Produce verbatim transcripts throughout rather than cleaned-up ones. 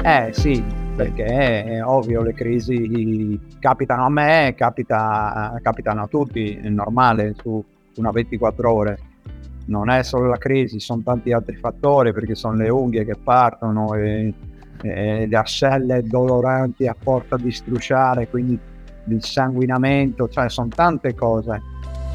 Eh sì, perché è ovvio, le crisi capitano a me, capita, capitano a tutti, è normale su una ventiquattro ore. Non è solo la crisi, sono tanti altri fattori, perché sono le unghie che partono e, e le ascelle doloranti a forza di strusciare, quindi il sanguinamento, cioè sono tante cose.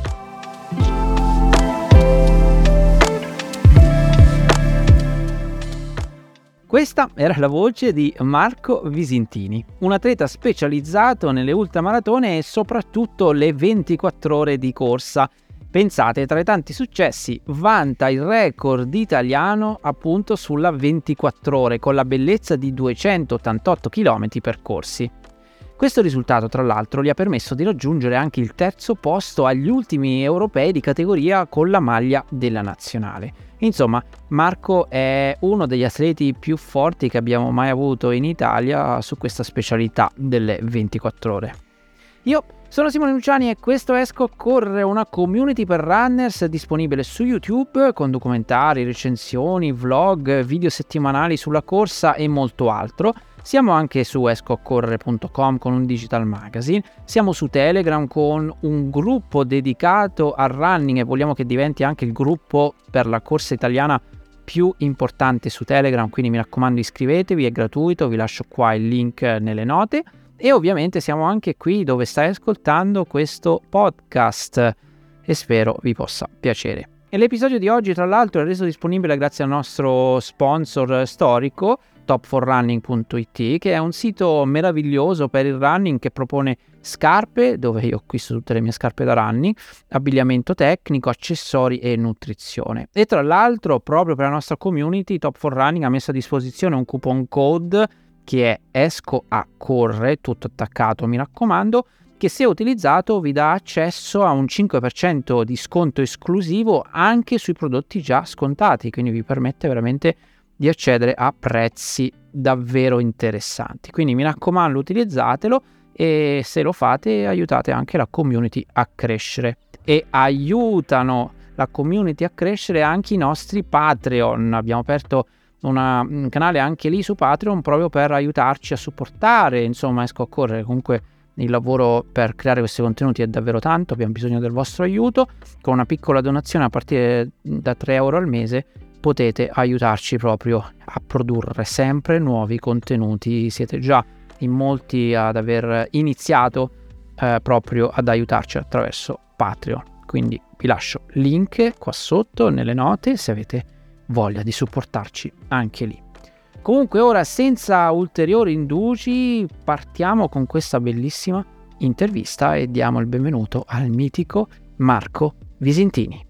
Questa era la voce di Marco Visintini, un atleta specializzato nelle ultramaratone e soprattutto le ventiquattro ore di corsa. Pensate, tra i tanti successi vanta il record italiano appunto sulla ventiquattro ore, con la bellezza di duecentottantotto chilometri percorsi. Questo risultato, tra l'altro, gli ha permesso di raggiungere anche il terzo posto agli ultimi europei di categoria con la maglia della nazionale. Insomma, Marco è uno degli atleti più forti che abbiamo mai avuto in Italia su questa specialità delle ventiquattro ore. Io sono Simone Luciani e questo è Esco a Correre, una community per runners disponibile su YouTube con documentari, recensioni, vlog, video settimanali sulla corsa e molto altro. Siamo anche su esco a correre punto com con un digital magazine, siamo su Telegram con un gruppo dedicato al running e vogliamo che diventi anche il gruppo per la corsa italiana più importante su Telegram, quindi mi raccomando iscrivetevi, è gratuito, vi lascio qua il link nelle note. E ovviamente siamo anche qui dove stai ascoltando questo podcast e spero vi possa piacere. E l'episodio di oggi tra l'altro è reso disponibile grazie al nostro sponsor storico top four running punto it, che è un sito meraviglioso per il running che propone scarpe, dove io acquisto tutte le mie scarpe da running, abbigliamento tecnico, accessori e nutrizione. E tra l'altro proprio per la nostra community Top four Running ha messo a disposizione un coupon code che è Esco a Correre, tutto attaccato mi raccomando, che se utilizzato vi dà accesso a un cinque per cento di sconto esclusivo anche sui prodotti già scontati, quindi vi permette veramente di accedere a prezzi davvero interessanti. Quindi mi raccomando, utilizzatelo e se lo fate aiutate anche la community a crescere. E aiutano la community a crescere anche i nostri Patreon. Abbiamo aperto una, un canale anche lì su Patreon proprio per aiutarci a supportare, insomma, Esco a Correre. Comunque il lavoro per creare questi contenuti è davvero tanto, abbiamo bisogno del vostro aiuto. Con una piccola donazione a partire da tre euro al mese potete aiutarci proprio a produrre sempre nuovi contenuti. Siete già in molti ad aver iniziato eh, proprio ad aiutarci attraverso Patreon, quindi vi lascio link qua sotto nelle note se avete voglia di supportarci anche lì. Comunque ora, senza ulteriori indugi, partiamo con questa bellissima intervista e diamo il benvenuto al mitico Marco Visintini.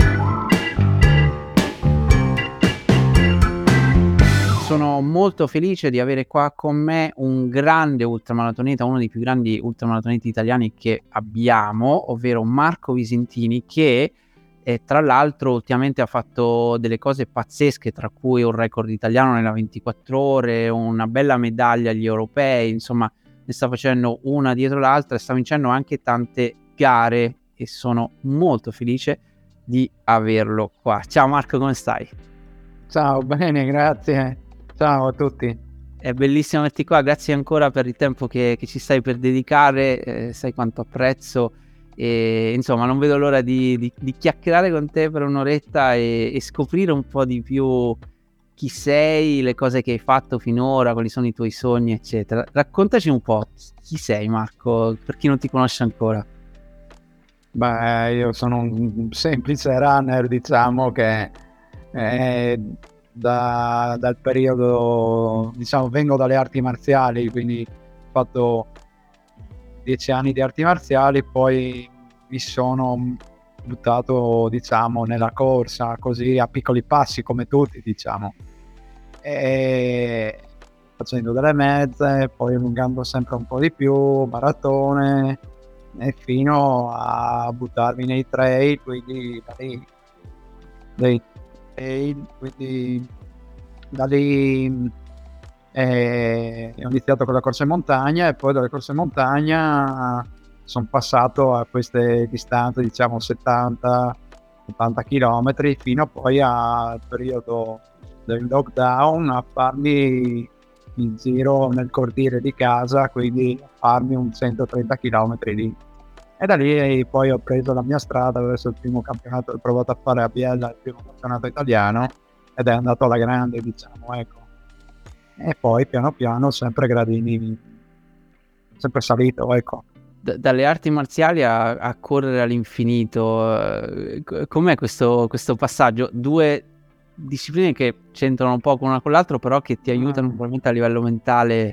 Sono molto felice di avere qua con me un grande ultramaratoneta, uno dei più grandi ultramaratoneti italiani che abbiamo, ovvero Marco Visintini, che eh, tra l'altro ultimamente ha fatto delle cose pazzesche, tra cui un record italiano nella ventiquattro ore, una bella medaglia agli europei, insomma ne sta facendo una dietro l'altra e sta vincendo anche tante gare e sono molto felice di averlo qua. Ciao Marco, come stai? Ciao, bene, grazie. Ciao a tutti. È bellissimo averti qua, grazie ancora per il tempo che, che ci stai per dedicare, eh, sai quanto apprezzo e insomma non vedo l'ora di, di, di chiacchierare con te per un'oretta e, e scoprire un po' di più chi sei, le cose che hai fatto finora, quali sono i tuoi sogni eccetera. Raccontaci un po' chi sei Marco, per chi non ti conosce ancora. Beh, io sono un semplice runner, diciamo che eh, Da, dal periodo, diciamo, vengo dalle arti marziali, quindi ho fatto dieci anni di arti marziali, poi mi sono buttato, diciamo, nella corsa, così a piccoli passi come tutti, diciamo, e facendo delle mezze, poi allungando sempre un po' di più, maratone, e fino a buttarmi nei trail, quindi da lì, dei e quindi da lì eh, ho iniziato con la corsa in montagna e poi dalle corse in montagna sono passato a queste distanze, diciamo settanta ottanta chilometri, fino poi al periodo del lockdown a farmi in giro nel cortile di casa, quindi farmi un centotrenta chilometri lì. E da lì poi ho preso la mia strada verso il primo campionato, ho provato a fare a Biella il primo campionato italiano ed è andato alla grande, diciamo, ecco. E poi piano piano sempre gradini, sempre salito, ecco. D- dalle arti marziali a, a correre all'infinito, eh, c- com'è questo, questo passaggio? Due discipline che c'entrano poco una con l'altro, però che ti aiutano Mm. probabilmente a livello mentale.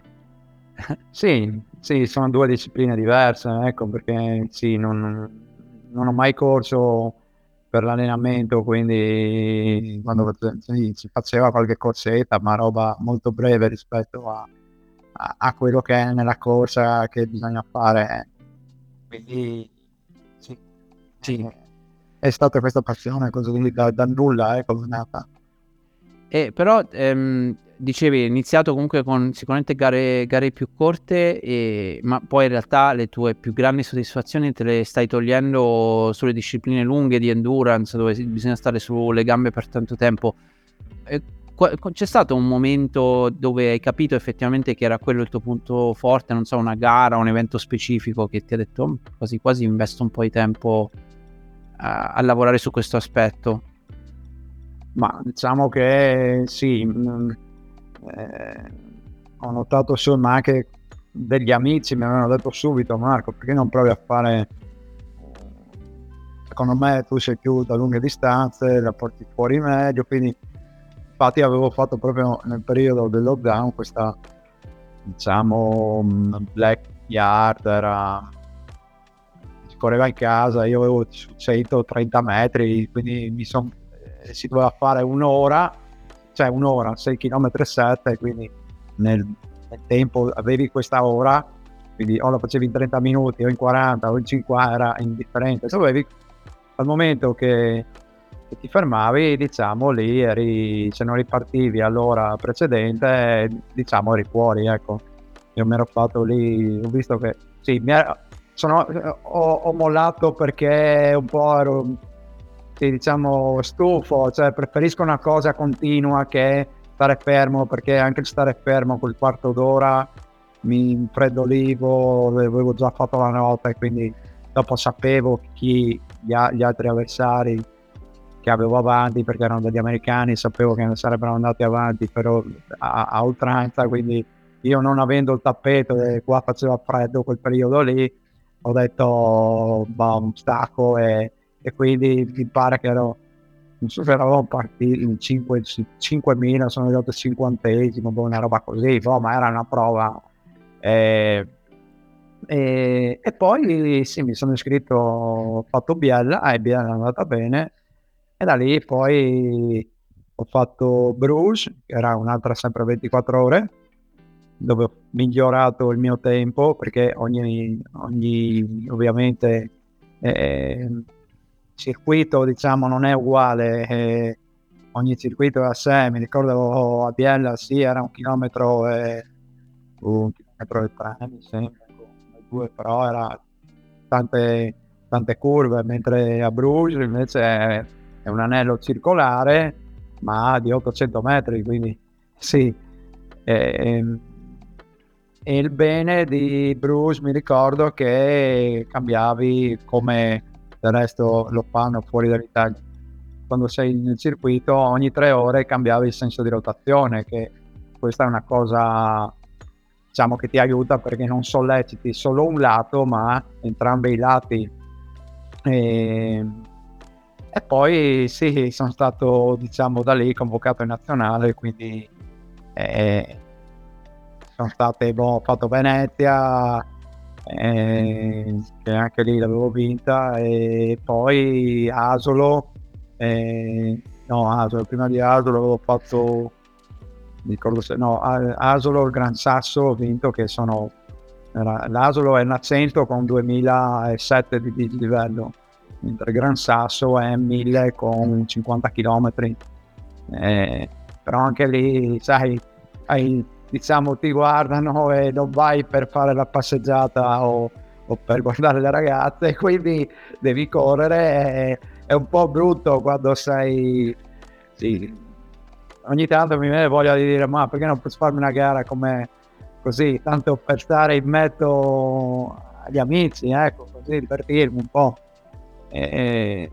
Sì, sì, sono due discipline diverse, ecco, perché sì, non, non ho mai corso per l'allenamento, quindi quando sì, si faceva qualche corsetta, ma roba molto breve rispetto a, a, a quello che è nella corsa che bisogna fare. Quindi sì, Sì. eh, è stata questa passione così da, da nulla, ecco, è nata. E però ehm, dicevi, hai iniziato comunque con sicuramente gare, gare più corte, e, ma poi in realtà le tue più grandi soddisfazioni te le stai togliendo sulle discipline lunghe di endurance, dove si- bisogna stare sulle gambe per tanto tempo. E qua- c'è stato un momento dove hai capito effettivamente che era quello il tuo punto forte, non so, una gara, un evento specifico che ti ha detto "Oh, quasi quasi investo un po' di tempo a, a lavorare su questo aspetto"? Ma diciamo che sì, mh, eh, ho notato insomma anche degli amici mi avevano detto subito: Marco, perché non provi a fare, secondo me tu sei più da lunghe distanze, la porti fuori meglio, quindi infatti avevo fatto proprio nel periodo del lockdown questa, diciamo, mh, black yard, era, si correva in casa, io avevo centotrenta metri, quindi mi son, eh, si doveva fare un'ora, cioè un'ora, sei chilometri e sette, quindi nel, nel tempo avevi questa ora, quindi o la facevi in trenta minuti o in quaranta o in cinquanta, era indifferente, se avevi al momento che, che ti fermavi, diciamo lì eri, se non ripartivi all'ora precedente, diciamo eri fuori, ecco. Io mi ero fatto lì, ho visto che sì, mi era, sono, ho, ho mollato perché un po' ero, sì, diciamo, stufo, cioè preferisco una cosa continua che stare fermo, perché anche il stare fermo quel quarto d'ora mi infreddolivo, avevo già fatto la notte, quindi dopo sapevo chi gli, a- gli altri avversari che avevo avanti, perché erano degli americani, sapevo che ne sarebbero andati avanti però a, a oltranza, quindi io non avendo il tappeto, e qua faceva freddo quel periodo lì, ho detto boh, stacco, e, e quindi mi pare che ero, non so se eravamo partiti in cinque, cinquemila, sono arrivato cinquantesimo, boh, una roba così, boh, ma era una prova. E, e, e poi sì, mi sono iscritto, ho fatto Biella, e Biella è andata bene, e da lì poi ho fatto Bruges, che era un'altra sempre ventiquattro ore, dove ho migliorato il mio tempo, perché ogni, ogni ovviamente eh, circuito, diciamo, non è uguale, eh, ogni circuito è a sé. Mi ricordo a Biella sì, era un chilometro e un chilometro e tre, mi sembra, due, però era tante, tante curve, mentre a Bruges invece è, è un anello circolare ma di ottocento metri, quindi sì. E, e il bene di Bruges, mi ricordo che cambiavi, come del resto lo fanno fuori dall'Italia, quando sei nel circuito ogni tre ore cambiavi il senso di rotazione, che questa è una cosa, diciamo, che ti aiuta perché non solleciti solo un lato ma entrambi i lati. E, e poi sì, sono stato, diciamo, da lì convocato in nazionale, quindi eh, sono state, boh, ho fatto Venezia, eh, che anche lì l'avevo vinta, e poi Asolo, eh, no Asolo, prima di Asolo avevo fatto, mi ricordo se, no, Asolo, il Gran Sasso ho vinto, che sono, era, l'Asolo è un accento con duemilasette di, di livello, mentre il Gran Sasso è mille con cinquanta chilometri, eh, però anche lì, sai, hai, diciamo, ti guardano e non vai per fare la passeggiata o, o per guardare le ragazze, quindi devi correre, è, è un po' brutto quando sei, sì, ogni tanto mi viene voglia di dire ma perché non posso farmi una gara come così, tanto per stare in mezzo agli amici, ecco, così divertirmi un po'. E, e,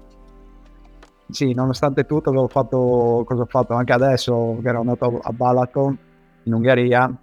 sì, nonostante tutto avevo fatto, cosa ho fatto anche adesso, che ero andato a Balaton in Ungheria,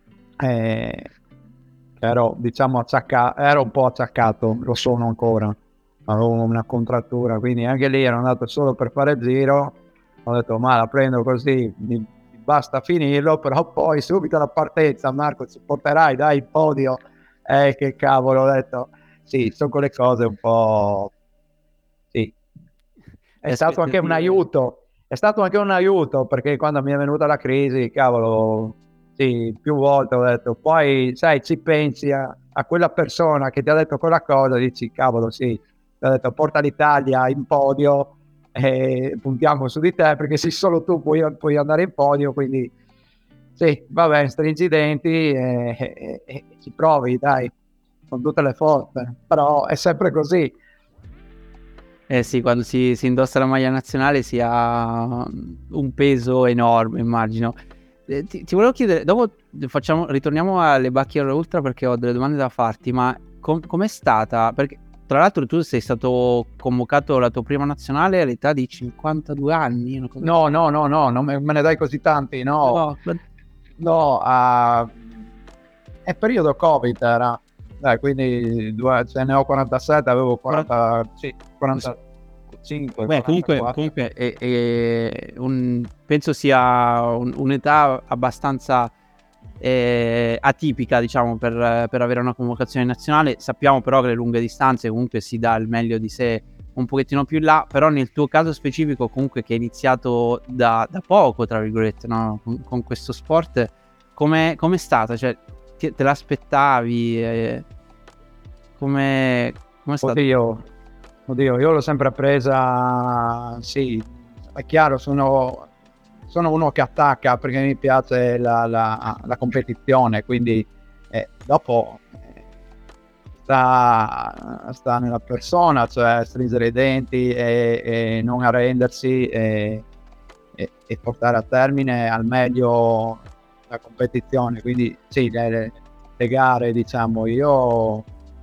e ero diciamo acciaccato, ero un po' acciaccato, lo sono ancora, avevo una contrattura, quindi anche lì ero andato solo per fare il giro, ho detto ma la prendo così, mi basta finirlo, però poi subito la partenza, Marco ci porterai, dai il podio, eh che cavolo, ho detto sì, sono quelle cose un po', sì, è stato anche un aiuto, è stato anche un aiuto perché quando mi è venuta la crisi, cavolo, sì, più volte ho detto, poi sai ci pensi a, a quella persona che ti ha detto quella cosa, dici cavolo sì, ti ha detto porta l'Italia in podio e puntiamo su di te perché se solo tu puoi, puoi andare in podio, quindi sì, vabbè, stringi i denti e, e, e ci provi, dai, con tutte le forze, però è sempre così. Eh sì, quando si, si indossa la maglia nazionale si ha un peso enorme, immagino. Eh, ti, ti volevo chiedere, dopo facciamo, ritorniamo alle Backyard Ultra perché ho delle domande da farti, ma com- com'è stata? Perché tra l'altro tu sei stato convocato alla tua prima nazionale all'età di cinquantadue anni. Una cosa No, no, no, no, non me, me ne dai così tanti, no. No, No, uh, è periodo Covid era, dai, quindi due, ce ne ho quarantasette, avevo quaranta, sì, quarantacinque. Beh, comunque, comunque è, è un, penso sia un, un'età abbastanza eh, atipica, diciamo, per, per avere una convocazione nazionale. Sappiamo però che le lunghe distanze comunque si dà il meglio di sé un pochettino più in là, però nel tuo caso specifico comunque che hai iniziato da, da poco, tra virgolette, no? con, con questo sport, come è stata? Cioè, ti, te l'aspettavi? Eh, come è stato? Oddio, oddio, io l'ho sempre presa, sì, è chiaro, sono, sono uno che attacca perché mi piace la, la, la competizione, quindi eh, dopo eh, sta, sta nella persona, cioè stringere i denti e, e non arrendersi e, e, e portare a termine al meglio la competizione, quindi sì, le, le gare, diciamo, io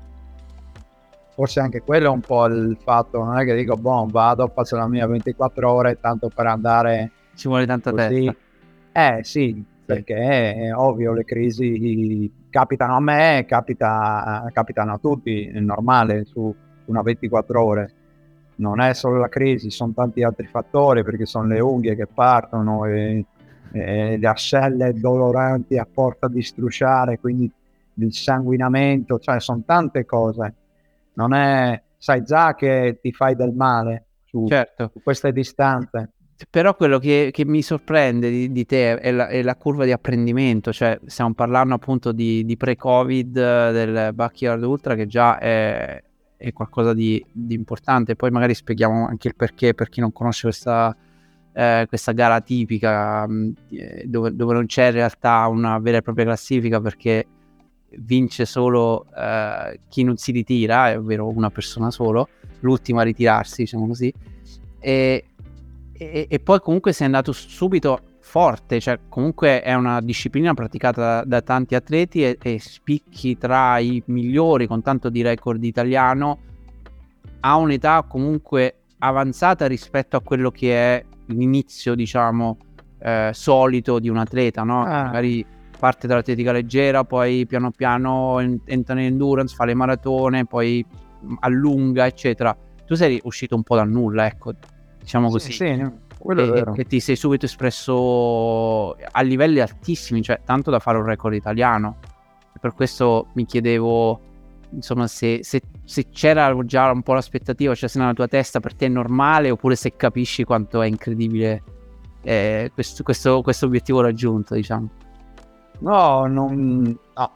forse anche quello è un po' il fatto, non è che dico boh, vado, faccio la mia ventiquattro ore tanto per andare, ci vuole tanta così. testa. Eh sì, perché è ovvio, le crisi capitano a me, capita, capitano a tutti, è normale su una ventiquattro ore. Non è solo la crisi, sono tanti altri fattori, perché sono le unghie che partono e, e le ascelle doloranti a forza di strusciare, quindi il sanguinamento, cioè sono tante cose. Non è, sai già che ti fai del male su, Certo. su queste distanze. Però quello che, che mi sorprende di, di te è la, è la curva di apprendimento, cioè stiamo parlando appunto di, di pre-Covid, del Backyard Ultra, che già è, è qualcosa di, di importante. Poi magari spieghiamo anche il perché per chi non conosce questa, eh, questa gara tipica, mh, dove, dove non c'è in realtà una vera e propria classifica, perché vince solo eh, chi non si ritira, ovvero una persona solo, l'ultima a ritirarsi, diciamo così. E, E, e poi comunque sei andato subito forte, cioè comunque è una disciplina praticata da, da tanti atleti e, e spicchi tra i migliori con tanto di record italiano a un'età comunque avanzata rispetto a quello che è l'inizio, diciamo, eh, solito di un atleta, no? Ah. Magari parte dall'atletica leggera, poi piano piano entra in endurance, fa le maratone, poi allunga, eccetera. Tu sei uscito un po' dal nulla, ecco, diciamo così. Sì, sì, quello è E, vero. e ti sei subito espresso a livelli altissimi, cioè tanto da fare un record italiano. E per questo mi chiedevo, insomma, se, se, se c'era già un po' l'aspettativa, cioè se nella tua testa per te è normale, oppure se capisci quanto è incredibile eh, questo, questo, questo obiettivo raggiunto, diciamo. No, non, no.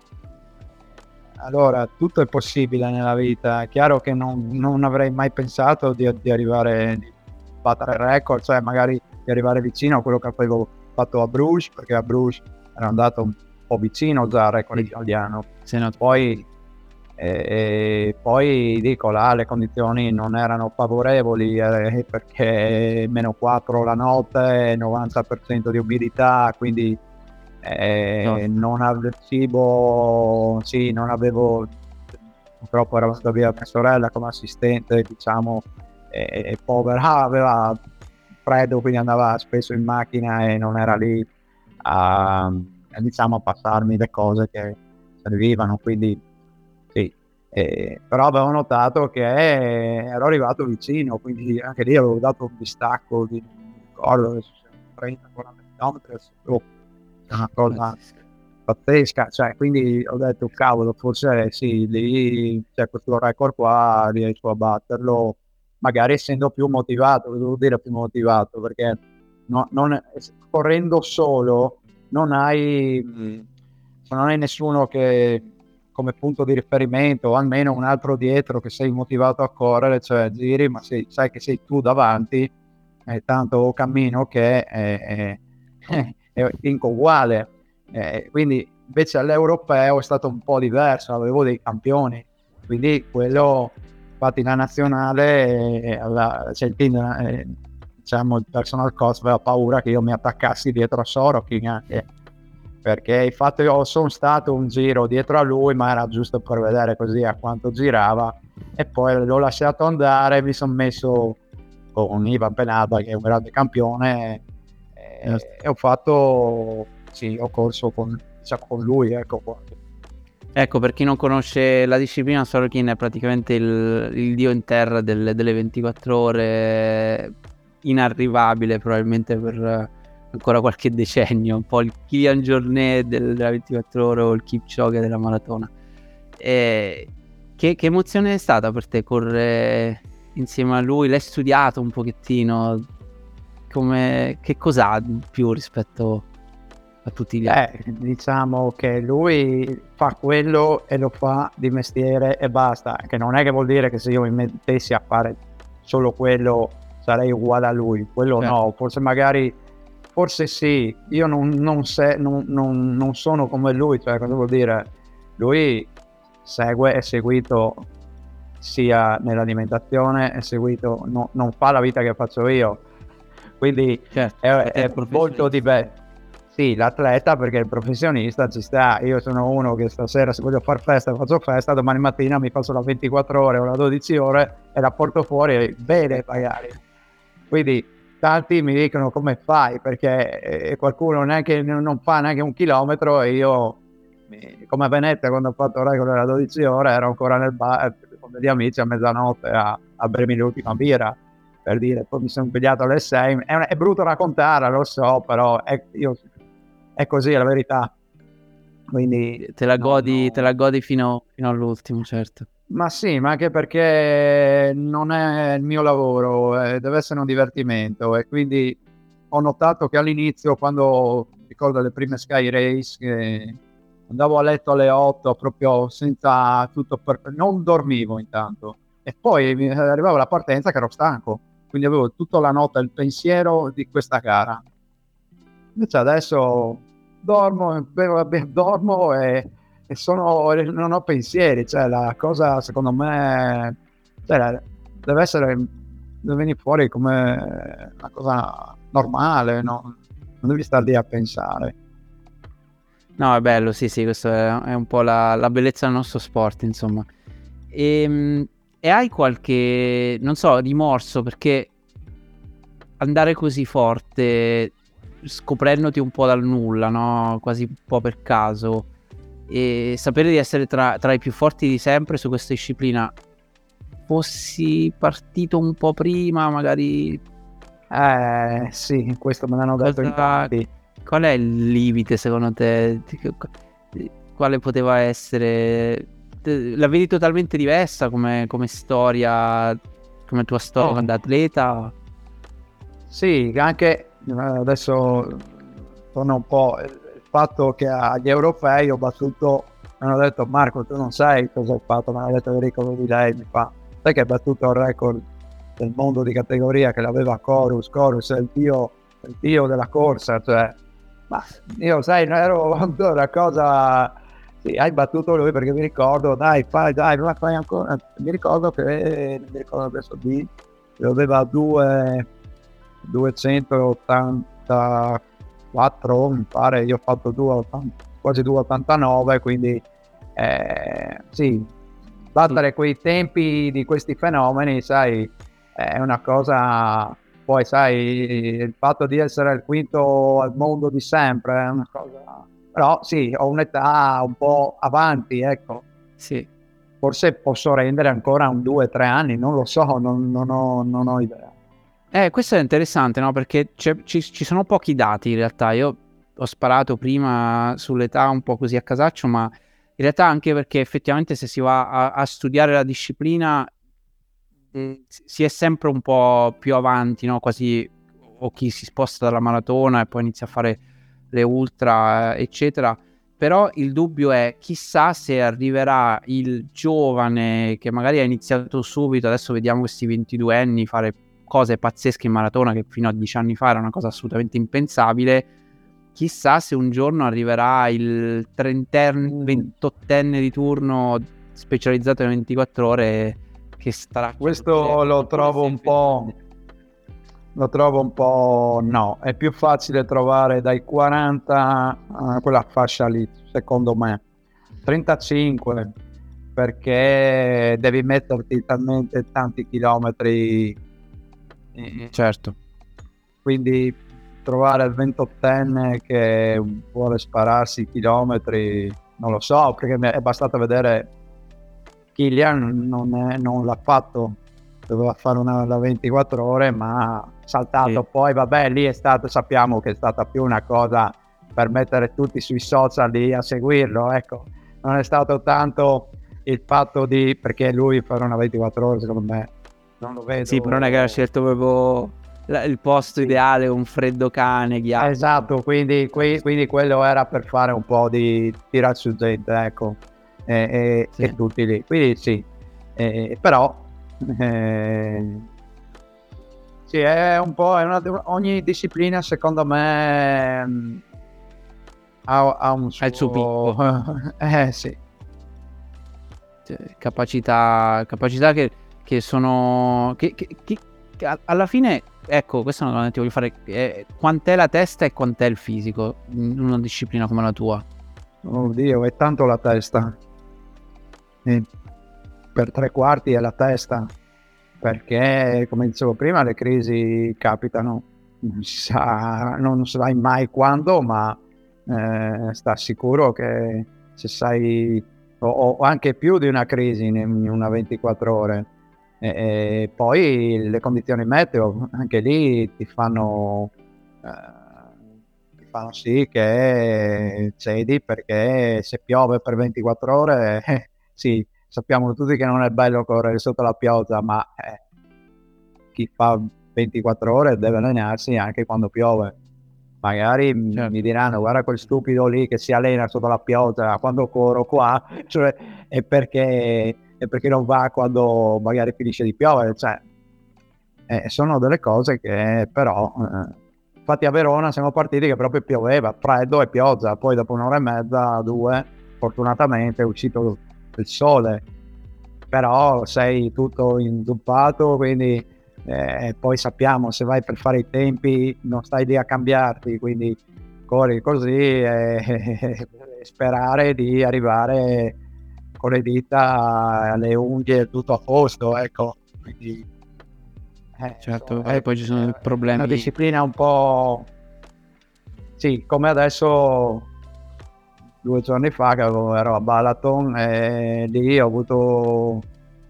Allora, tutto è possibile nella vita. È chiaro che non, non avrei mai pensato di, di arrivare, di battere il record, cioè magari di arrivare vicino a quello che avevo fatto a Bruges, perché a Bruges ero andato un po' vicino già al record italiano. Sì, no. Poi e poi dico là le condizioni non erano favorevoli, eh, perché meno quattro la notte, novanta per cento di umidità, quindi eh, No. non avevo cibo, sì, non avevo, purtroppo era venuta via mia sorella come assistente, diciamo, e povera, aveva freddo, quindi andava spesso in macchina e non era lì a, diciamo, a passarmi le cose che servivano, quindi sì. Eh, però avevo notato che ero arrivato vicino, quindi anche lì avevo dato un distacco di, non ricordo, trenta quaranta chilometri, oh, è una cosa pazzesca, cioè, quindi ho detto cavolo, forse sì, lì c'è questo record qua, riesco a batterlo, magari essendo più motivato, devo dire più motivato, perché no, non, correndo solo non hai, non hai nessuno che come punto di riferimento, o almeno un altro dietro che sei motivato a correre, cioè giri, ma sei, sai che sei tu davanti, è tanto cammino che è, è, è uguale. Eh, quindi invece all'europeo è stato un po' diverso, avevo dei campioni, quindi quello, infatti la nazionale, eh, alla, cioè il team, eh, diciamo il personal coach aveva paura che io mi attaccassi dietro a Sorokin anche, perché il fatto io sono stato un giro dietro a lui, ma era giusto per vedere così a quanto girava, e poi l'ho lasciato andare, mi sono messo con Ivan Penada che è un grande campione, e, Certo. e ho fatto, sì, ho corso con, diciamo, con lui, ecco qua. Ecco, per chi non conosce la disciplina, Sorokin è praticamente il, il dio in terra del, delle ventiquattro ore, inarrivabile probabilmente per ancora qualche decennio, un po' il Kilian Jornet della ventiquattro ore o il Kipchoge della maratona. E che, che emozione è stata per te correre insieme a lui? L'hai studiato un pochettino? Come, che cos'ha in più rispetto a tutti gli altri? Eh, diciamo che lui fa quello e lo fa di mestiere e basta, che non è che vuol dire che se io mi mettessi a fare solo quello sarei uguale a lui, quello Certo. no, forse magari, forse sì, io non, non, se, non, non, non sono come lui, cioè cosa vuol dire? Lui segue, è seguito sia nell'alimentazione, è seguito, no, non fa la vita che faccio io, quindi Certo, è, è è molto diverso. Sì, l'atleta, perché il professionista ci sta, io sono uno che stasera se voglio far festa faccio festa, domani mattina mi faccio la ventiquattro ore o la dodici ore e la porto fuori bene magari. Quindi tanti mi dicono come fai, perché eh, qualcuno neanche, non fa neanche un chilometro e io, come a Venezia quando ho fatto il record della dodici ore, ero ancora nel bar con degli amici a mezzanotte a, a bermi l'ultima birra, per dire, poi mi sono svegliato alle sei, è, è brutto raccontare, lo so, però è, io, è così, è la verità. Quindi te la no, godi, no. te la godi fino, fino all'ultimo, certo. Ma sì, ma anche perché non è il mio lavoro, eh, deve essere un divertimento, e quindi ho notato che all'inizio, quando ricordo le prime Sky Race, che andavo a letto alle otto proprio senza tutto, per, non dormivo intanto, e poi mi arrivava la partenza che ero stanco, quindi avevo tutta la notte il pensiero di questa gara. Invece adesso dormo, bevo, bevo, dormo e, e sono, non ho pensieri, cioè la cosa secondo me, cioè, deve essere, deve venire fuori come una cosa normale, no? Non devi stare lì a pensare. No, è bello, sì, sì, questo è, è un po' la, la bellezza del nostro sport, insomma. E, e hai qualche, non so, rimorso perché andare così forte, scoprendoti un po' dal nulla, no? Quasi un po' per caso, e sapere di essere tra, tra i più forti di sempre su questa disciplina, fossi partito un po' prima, magari... Eh sì, questo me l'hanno detto in tanti. Qual è il limite secondo te? Quale poteva essere? La vedi totalmente diversa come, come storia, come tua storia Oh. da atleta? Sì, anche adesso torna un po' il fatto che agli europei ho battuto, mi hanno detto Marco tu non sai cosa hai fatto, mi hanno detto Enrico di lei, mi fa, sai che hai battuto il record del mondo di categoria che l'aveva Corus, Corus è il dio, il dio della corsa, cioè, ma io sai, ero una cosa, sì, hai battuto lui, perché mi ricordo, dai, fai, dai, la fai ancora. Mi ricordo che, non mi ricordo adesso di, doveva due, duecentottantaquattro, mi pare, io ho fatto due, quasi due ottantanove, quindi eh, sì, battere quei tempi di questi fenomeni, sai, è una cosa. Poi sai, il fatto di essere il quinto al mondo di sempre è una cosa. Però sì, ho un'età un po' avanti, ecco. Sì. Forse posso rendere ancora un due tre anni, non lo so, non, non, ho, non ho idea. Eh, questo è interessante, no? Perché ci, ci sono pochi dati in realtà. Io ho sparato prima sull'età un po' così a casaccio, ma in realtà anche perché effettivamente se si va a, a studiare la disciplina mh, si è sempre un po' più avanti, no? Quasi, o chi si sposta dalla maratona e poi inizia a fare le ultra, eh, eccetera. Però il dubbio è, chissà se arriverà il giovane che magari ha iniziato subito, adesso vediamo questi ventidue anni fare cose pazzesche in maratona che fino a dieci anni fa era una cosa assolutamente impensabile. Chissà se un giorno arriverà il trentenne, ventottenne di turno specializzato in ventiquattro ore che starà. Questo lo trovo un po'. Lo trovo un po'. No, è più facile trovare dai quaranta a quella fascia lì, secondo me. trentacinque, perché devi metterti talmente tanti chilometri. Certo. Quindi trovare il ventottenne che vuole spararsi i chilometri, non lo so, perché è bastato vedere Kilian, non, è, non l'ha fatto, doveva fare una da ventiquattro ore, ma ha saltato. Sì. Poi vabbè, lì è stato, sappiamo che è stata più una cosa per mettere tutti sui social lì a seguirlo, ecco, non è stato tanto il fatto di, perché lui fare una ventiquattro ore secondo me non lo vedo. Sì, però non è che ha scelto proprio il posto sì. ideale, un freddo cane, ghiaccio. Esatto, quindi, qui, quindi quello era per fare un po' di tirar su gente, ecco, e, e, sì. e tutti lì, quindi sì, e, però eh, sì, è un po', è una, ogni disciplina secondo me mh, ha, ha un suo, ha il suo picco. eh sì, capacità, capacità che, che sono, che, che, che alla fine, ecco, questa è una domanda che ti voglio fare, eh, quant'è la testa e quant'è il fisico in una disciplina come la tua? Oddio, è tanto la testa, e per tre quarti è la testa, perché come dicevo prima le crisi capitano, non si sa, non sai mai quando, ma eh, sta sicuro che se sai, o, o anche più di una crisi in una ventiquattro ore. E, e poi le condizioni meteo anche lì ti fanno eh, ti fanno sì che cedi, perché se piove per ventiquattro ore eh, sì, sappiamo tutti che non è bello correre sotto la pioggia, ma eh, chi fa ventiquattro ore deve allenarsi anche quando piove. Magari certo. mi diranno guarda quel stupido lì che si allena sotto la pioggia quando corro qua, cioè è perché e perché non va quando magari finisce di piovere, cioè eh, sono delle cose che però eh, infatti a Verona siamo partiti che proprio pioveva, freddo e pioggia, poi dopo un'ora e mezza, due, fortunatamente è uscito il sole, però sei tutto inzuppato, quindi eh, poi sappiamo se vai per fare i tempi non stai lì a cambiarti, quindi corri così e, e sperare di arrivare con le dita, le unghie, tutto a posto, ecco. Quindi, eh, certo, e eh, poi ci sono eh, problemi. Una disciplina un po', sì, come adesso due giorni fa che ero a Balaton e lì ho avuto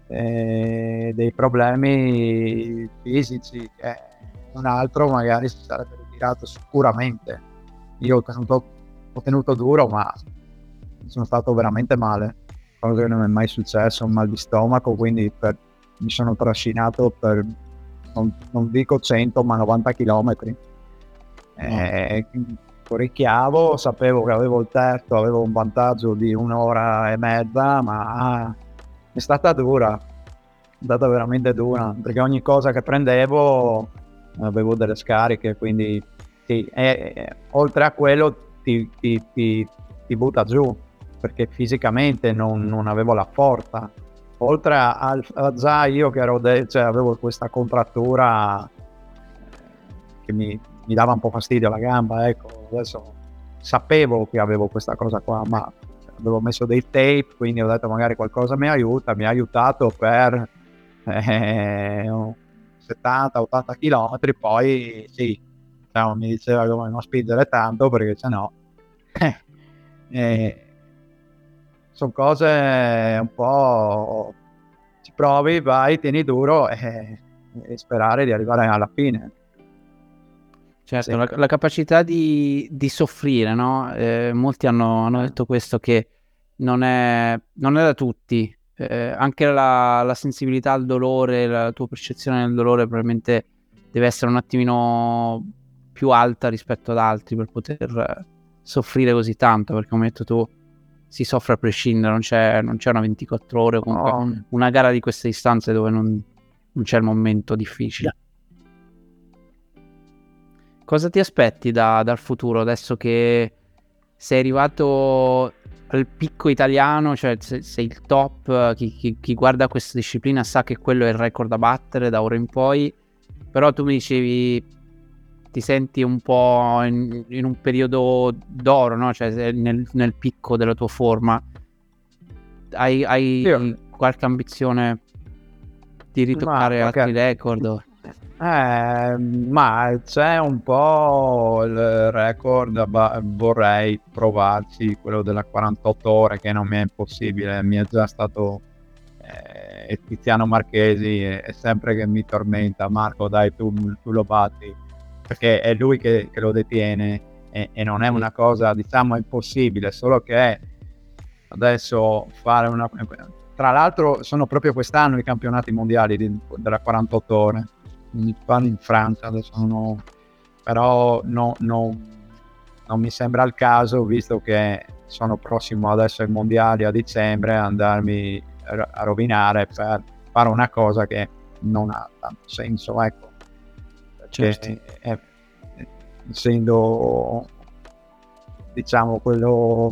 eh, dei problemi fisici che un altro magari si sarebbe ritirato sicuramente. Io ho tenuto, ho tenuto duro, ma sono stato veramente male, cosa che non è mai successo, un mal di stomaco, quindi per, mi sono trascinato per non, non dico cento ma novanta chilometri. No. Eh, corricchiavo, sapevo che avevo il terzo, avevo un vantaggio di un'ora e mezza, ma è stata dura, è stata veramente dura, perché ogni cosa che prendevo avevo delle scariche, quindi sì, e, e, oltre a quello ti, ti, ti, ti butta giù. perché fisicamente non, non avevo la forza. Oltre a, a, a già io che ero de- cioè avevo questa contrattura che mi, mi dava un po' fastidio alla gamba, ecco, adesso sapevo che avevo questa cosa qua, ma avevo messo dei tape, quindi ho detto magari qualcosa mi aiuta, mi ha aiutato per eh, settanta ottanta chilometri, poi sì, diciamo, mi diceva come non spingere tanto perché sennò eh, eh, sono cose un po', ci provi, vai, tieni duro e, e sperare di arrivare alla fine. Certo, Sì. la, la capacità di, di soffrire, no? Eh, molti hanno, hanno detto questo, che non è, non è da tutti. Eh, anche la, la sensibilità al dolore, la tua percezione del dolore probabilmente deve essere un attimino più alta rispetto ad altri per poter soffrire così tanto, perché come hai detto tu si soffre a prescindere, non c'è, non c'è una ventiquattro ore o comunque Oh. una gara di queste distanze dove non, non c'è il momento difficile. Cosa ti aspetti da, dal futuro adesso che sei arrivato al picco italiano, cioè sei, sei il top, chi, chi, chi guarda questa disciplina sa che quello è il record da battere da ora in poi, però tu mi dicevi ti senti un po' in, in un periodo d'oro, no? Cioè nel, nel picco della tua forma. Hai, hai Io- qualche ambizione di ritoccare ma, altri ok. record? Eh, ma c'è un po' il record, ba- vorrei provarci, quello della quarantotto ore, che non mi è impossibile, mi è già stato eh, Tiziano Marchesi, e, e sempre che mi tormenta, Marco dai tu, tu lo batti, perché è lui che, che lo detiene e, e non è una cosa diciamo impossibile, solo che adesso fare una... Tra l'altro sono proprio quest'anno i campionati mondiali di, della quarantotto ore, quindi fanno in Francia, adesso non, però no, no, non mi sembra il caso, visto che sono prossimo adesso ai mondiali a dicembre, andarmi a rovinare per fare una cosa che non ha tanto senso, ecco, perché Certo. è, essendo diciamo quello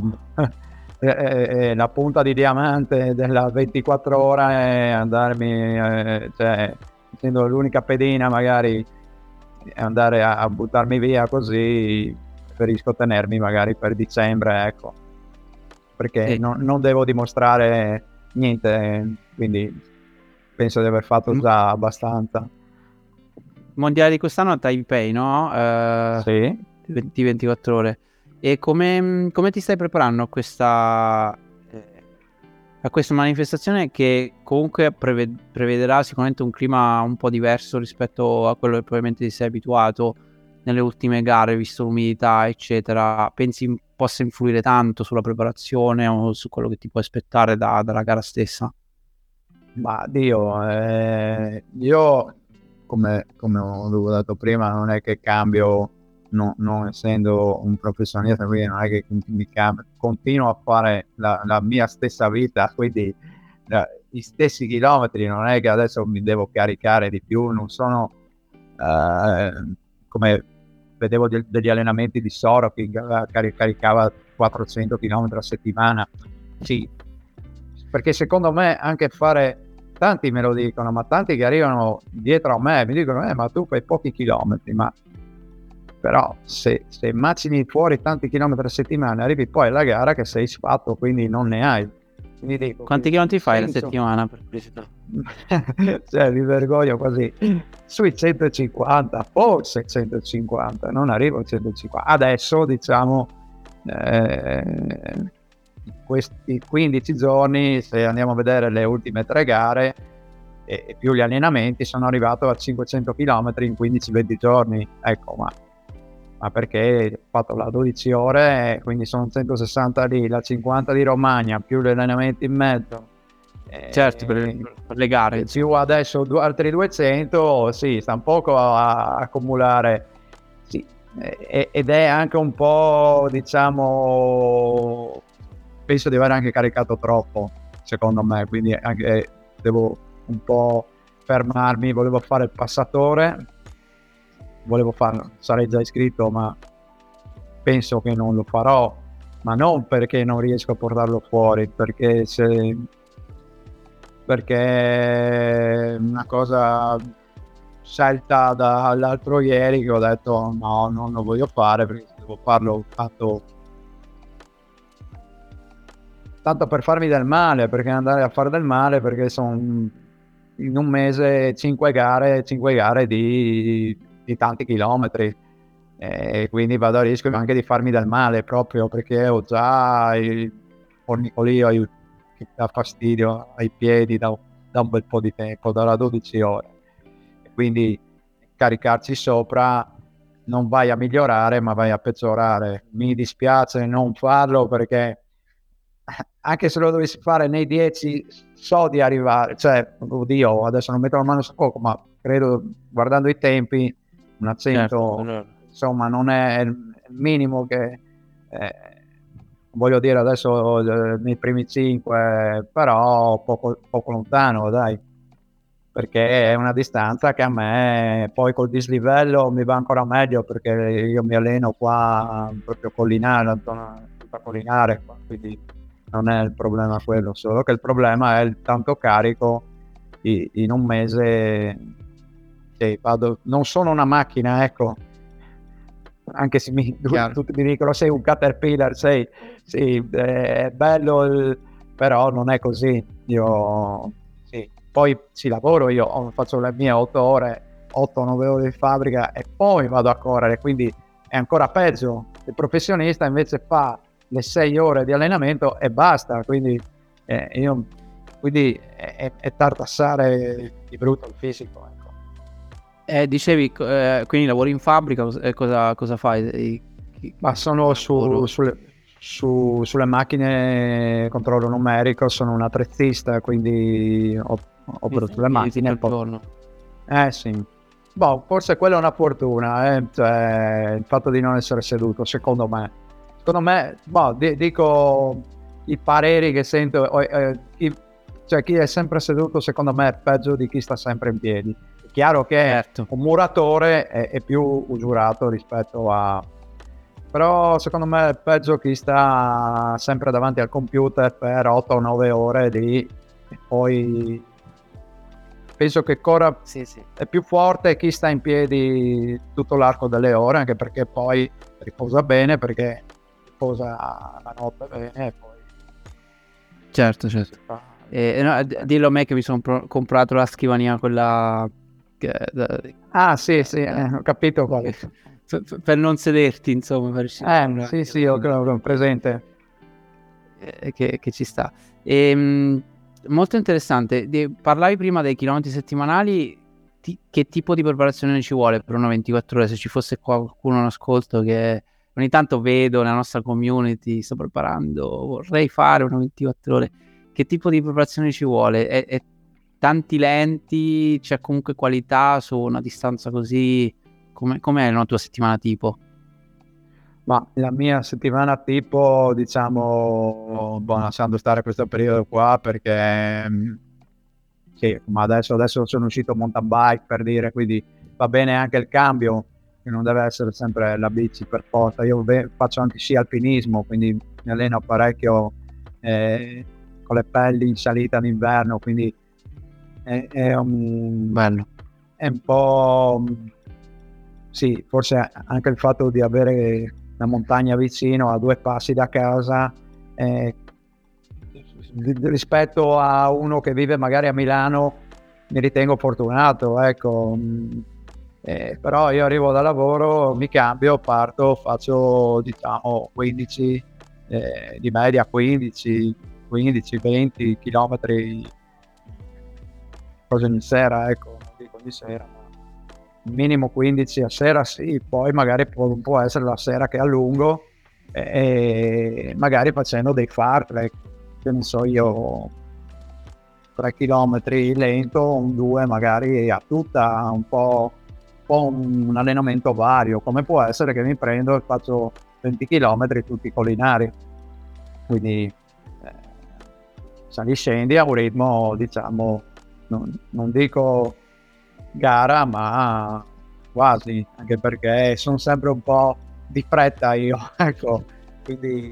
eh, la punta di diamante della ventiquattro ore e andarmi eh, cioè essendo l'unica pedina magari andare a, a buttarmi via così, preferisco tenermi magari per dicembre, ecco, perché Sì. non, non devo dimostrare niente, quindi penso di aver fatto già abbastanza. Mondiale di quest'anno a Taipei, no? Eh, Sì. di ventiquattro ore. E come, come ti stai preparando a questa, eh, a questa manifestazione che comunque preved- prevederà sicuramente un clima un po' diverso rispetto a quello che probabilmente ti sei abituato nelle ultime gare, visto l'umidità, eccetera? Pensi possa influire tanto sulla preparazione o su quello che ti puoi aspettare da- dalla gara stessa? Ma Dio, eh, io come, come ho detto prima, non è che cambio, no, non essendo un professionista, quindi non è che mi cambio, continuo a fare la, la mia stessa vita, quindi la, gli stessi chilometri, non è che adesso mi devo caricare di più, non sono eh, come vedevo de- degli allenamenti di Soro che cari- caricava quattrocento chilometri a settimana, sì, perché secondo me anche fare, tanti me lo dicono, ma tanti che arrivano dietro a me mi dicono eh ma tu fai pochi chilometri, ma però se, se macini fuori tanti chilometri a settimana arrivi poi alla gara che sei sfatto, quindi non ne hai. Quindi dico, Quanti chilometri fai la settimana, per curiosità? cioè mi vergogno quasi sui centocinquanta, forse centocinquanta, non arrivo a centocinquanta adesso, diciamo eh, questi quindici giorni, se andiamo a vedere le ultime tre gare e, e più gli allenamenti, sono arrivato a cinquecento chilometri in quindici venti giorni, ecco, ma ma perché ho fatto la dodici ore, quindi sono centosessanta lì, la cinquanta di Romagna, più gli allenamenti in mezzo. Certo, per, Eh, per le gare. più adesso due, altri duecento, sì, sta un poco a, a accumulare. Sì, eh, ed è anche un po', diciamo, penso di aver anche caricato troppo, secondo me, quindi anche devo un po' fermarmi, volevo fare il passatore, volevo farlo, sarei già iscritto, ma penso che non lo farò, ma non perché non riesco a portarlo fuori, perché se perché è una cosa scelta dall'altro ieri che ho detto no, non lo voglio fare, perché se devo farlo fatto tanto per farmi del male, perché andare a fare del male, perché sono in un mese cinque gare, cinque gare di, di tanti chilometri, e quindi vado a rischio anche di farmi del male, proprio perché ho già il formicolio che dà fastidio ai piedi da, da un bel po' di tempo, da dodici ore, e quindi caricarci sopra non vai a migliorare ma vai a peggiorare. Mi dispiace non farlo, perché anche se lo dovessi fare nei dieci so di arrivare, cioè oddio, adesso non metto la mano sul fuoco, ma credo, guardando i tempi, un accento, Certo, insomma, non è il minimo che eh, voglio dire adesso eh, nei primi cinque, però poco, poco lontano, dai, perché è una distanza che a me poi col dislivello mi va ancora meglio, perché io mi alleno qua proprio collinare, zona tutta collinare qua, quindi non è il problema quello, solo che il problema è il tanto carico in, in un mese. Sì, vado, non sono una macchina, ecco, anche se mi, tutti mi dicono sei un caterpillar, sei, sì, è bello, il, però non è così. Io sì, poi ci lavoro, io faccio le mie otto ore, otto nove ore di fabbrica e poi vado a correre, quindi è ancora peggio. Il professionista invece fa le sei ore di allenamento e basta, quindi eh, io quindi è, è tartassare di brutto il fisico, ecco. Eh, dicevi, eh, quindi lavori in fabbrica, eh, cosa, cosa fai? Ma sono su, sulle, su, sulle macchine controllo numerico, sono un attrezzista, quindi opero sulle macchine. Il giorno. Eh sì, boh, forse quella è una fortuna, eh? Cioè, il fatto di non essere seduto, secondo me. Secondo me, boh, di, dico i pareri che sento, eh, chi, cioè chi è sempre seduto secondo me è peggio di chi sta sempre in piedi. È chiaro che certo, un muratore è, è più usurato rispetto a... però secondo me è peggio chi sta sempre davanti al computer per otto o nove ore lì, e poi penso che corra, sì, sì. è più forte chi sta in piedi tutto l'arco delle ore, anche perché poi riposa bene, perché riposa la notte bene e poi certo, certo. Eh, no, dillo a me che mi sono pro- comprato la scrivania, quella che, da, ah sì sì eh, ho capito quale. per, per non sederti, insomma, per eh sì sì io credo presente, eh, che, che ci sta. E, mh, molto interessante. De, parlavi prima dei chilometri settimanali. Ti, che tipo di preparazione ci vuole per una ventiquattro ore? Se ci fosse qualcuno in ascolto che ogni tanto vedo nella nostra community, sto preparando, vorrei fare una ventiquattro ore, che tipo di preparazione ci vuole? È, è tanti lenti? C'è comunque qualità su una distanza così? Come, com'è la tua settimana tipo? Ma la mia settimana tipo, diciamo, boh, lasciando stare questo periodo qua, perché sì, ma adesso, adesso sono uscito mountain bike, per dire, quindi va bene anche il cambio, che non deve essere sempre la bici per forza. Io ve- faccio anche sci alpinismo, quindi mi alleno parecchio eh, con le pelli in salita d'inverno, quindi è, è un Bello. è un po' sì, forse anche il fatto di avere la montagna vicino a due passi da casa, eh, rispetto a uno che vive magari a Milano, mi ritengo fortunato, ecco. Eh, però io arrivo da lavoro, mi cambio, parto, faccio diciamo quindici eh, di media, quindici venti chilometri cose ogni sera, ecco, non dico ogni sera, ma minimo quindici a sera, sì, poi magari può, può essere la sera che allungo e magari facendo dei fartlek, che ne so io, tre chilometri lento, un due magari a tutta, un po', un po' un allenamento vario, come può essere che mi prendo e faccio venti chilometri tutti collinari, quindi eh, sali scendi a un ritmo, diciamo, non, non dico gara, ma quasi, anche perché sono sempre un po' di fretta io, ecco, quindi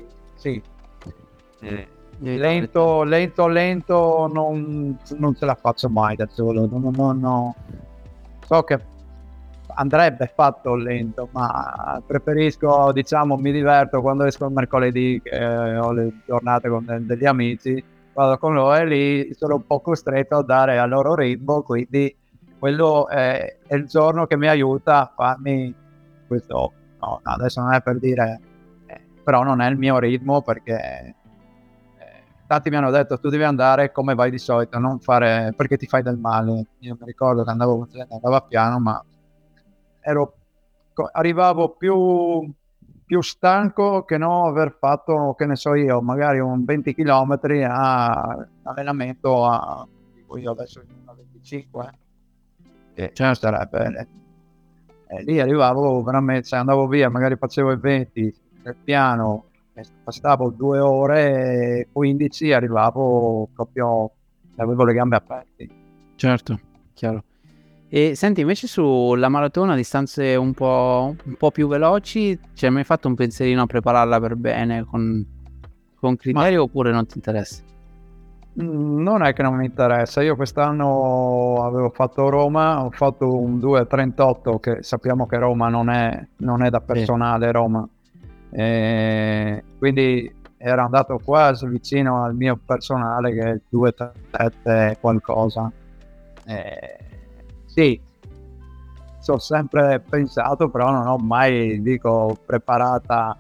sì. Eh, Lento, lento, lento, non, non ce la faccio mai da solo. No, no, no. So che andrebbe fatto lento, ma preferisco, diciamo, mi diverto quando esco il mercoledì, che ho le giornate con de- degli amici, vado con loro e lì sono un po' costretto a dare al loro ritmo, quindi quello è, è il giorno che mi aiuta a farmi questo. No, no, adesso non è per dire, eh, però non è il mio ritmo, perché eh, tanti mi hanno detto tu devi andare come vai di solito, non fare perché ti fai del male. Io mi ricordo che andavo, andavo a piano, ma ero, co- arrivavo più, più stanco che non aver fatto, che ne so io, magari un venti chilometri a allenamento a, dico io adesso a venticinque, eh, che certo. sarebbe, eh, lì arrivavo veramente, se andavo via, magari facevo i venti nel piano, e stavo due ore e quindici, arrivavo proprio, avevo le gambe aperte. Certo, chiaro. E senti, invece sulla maratona a distanze un po', un po' più veloci, ci hai mai fatto un pensierino a prepararla per bene con, con Ma criterio oppure non ti interessa? mm, non è che non mi interessa. Io quest'anno avevo fatto Roma, ho fatto un due trentotto, che sappiamo che Roma non è, non è da Sì, personale Roma. E quindi era andato quasi vicino al mio personale, che è il due trentasette qualcosa. Eh, sì, ci ho sempre pensato, però non ho mai, dico, preparata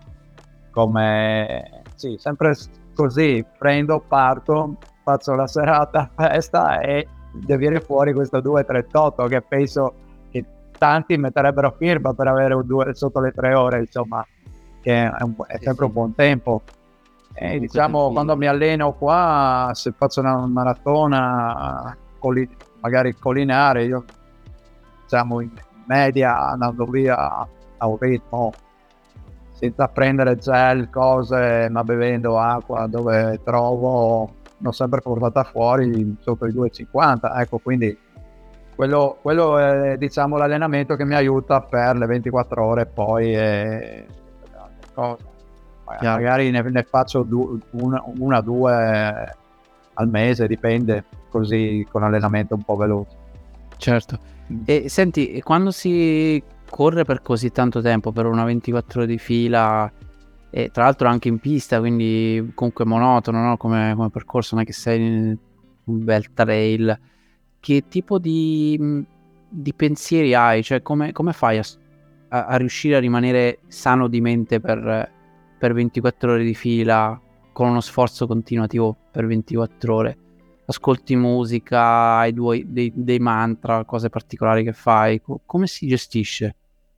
come, sì, sempre s- così, prendo, parto, faccio la serata a festa e deve venire fuori questo due trentotto, che penso che tanti metterebbero firma per avere un due sotto le tre ore, insomma, che è, un bu- è sì, sempre sì. un buon tempo. Sì, E comunque diciamo, tempi... quando mi alleno qua, se faccio una maratona, colli- magari collinare, io diciamo in media andando via a un ritmo senza prendere gel, cose, ma bevendo acqua dove trovo, l'ho sempre portata fuori sotto i due cinquanta, ecco, quindi quello, quello è, diciamo, l'allenamento che mi aiuta per le ventiquattro ore poi, e altre cose. Ma- Chiaro, magari ne, ne faccio du- una, una, due al mese, dipende, così con allenamento un po' veloce. certo. E senti, e quando si corre per così tanto tempo, per una ventiquattro ore di fila, e tra l'altro anche in pista, quindi comunque monotono, no? Come, come percorso, non è che sei in un bel trail, che tipo di, mh, di pensieri hai? Cioè, come, come fai a, s- a- a riuscire a rimanere sano di mente per, per ventiquattro ore di fila, con uno sforzo continuativo per ventiquattro ore? Ascolti musica, hai due- dei, dei mantra, cose particolari che fai? Co- come si gestisce?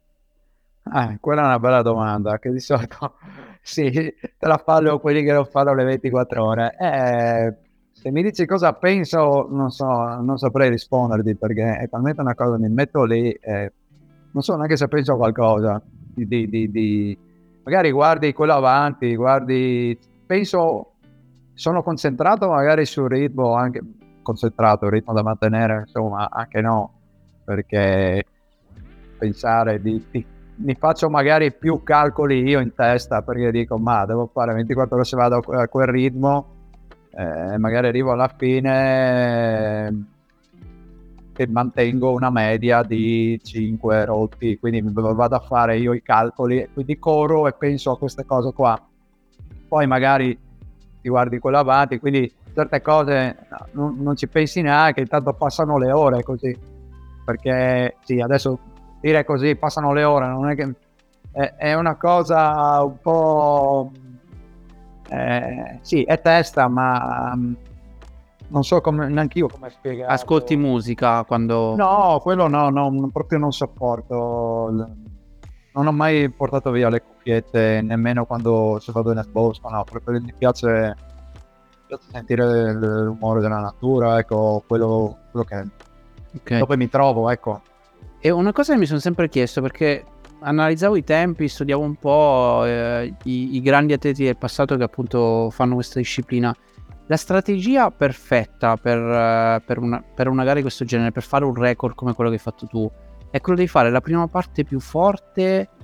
Eh, quella è una bella domanda, che di solito sì, te la fanno quelli che non fanno le ventiquattro ore. Eh, se mi dici cosa penso, non so, non saprei risponderti, perché è talmente una cosa, mi metto lì, eh, non so neanche se penso a qualcosa. Di, di, di, di- Magari guardi quello avanti, guardi, penso, sono concentrato magari sul ritmo, anche concentrato, il ritmo da mantenere, insomma, anche no, perché pensare di, di mi faccio magari più calcoli io in testa, perché dico ma devo fare ventiquattro ore, se vado a quel ritmo, eh, magari arrivo alla fine, eh, e mantengo una media di cinque rotti, quindi vado a fare io i calcoli, quindi corro e penso a queste cose qua. Poi magari ti guardi quello avanti, quindi certe cose no, non, non ci pensi neanche, intanto passano le ore così, perché sì, adesso dire così passano le ore non è che è, è una cosa un po', eh, sì, è testa, ma um, non so come, neanche io come Ascolti spiegarlo. musica quando... No, quello no, no, non- proprio non sopporto. il- Non ho mai portato via le cuffiette, nemmeno quando se vado nel bosco, no, proprio mi piace, mi piace sentire il rumore della natura, ecco, quello, quello che Ok. dove mi trovo, ecco. E una cosa che mi sono sempre chiesto, perché analizzavo i tempi, studiavo un po' eh, i, i grandi atleti del passato che appunto fanno questa disciplina. La strategia perfetta per, eh, per una, per una gara di questo genere, per fare un record come quello che hai fatto tu, è quello di fare la prima parte più forte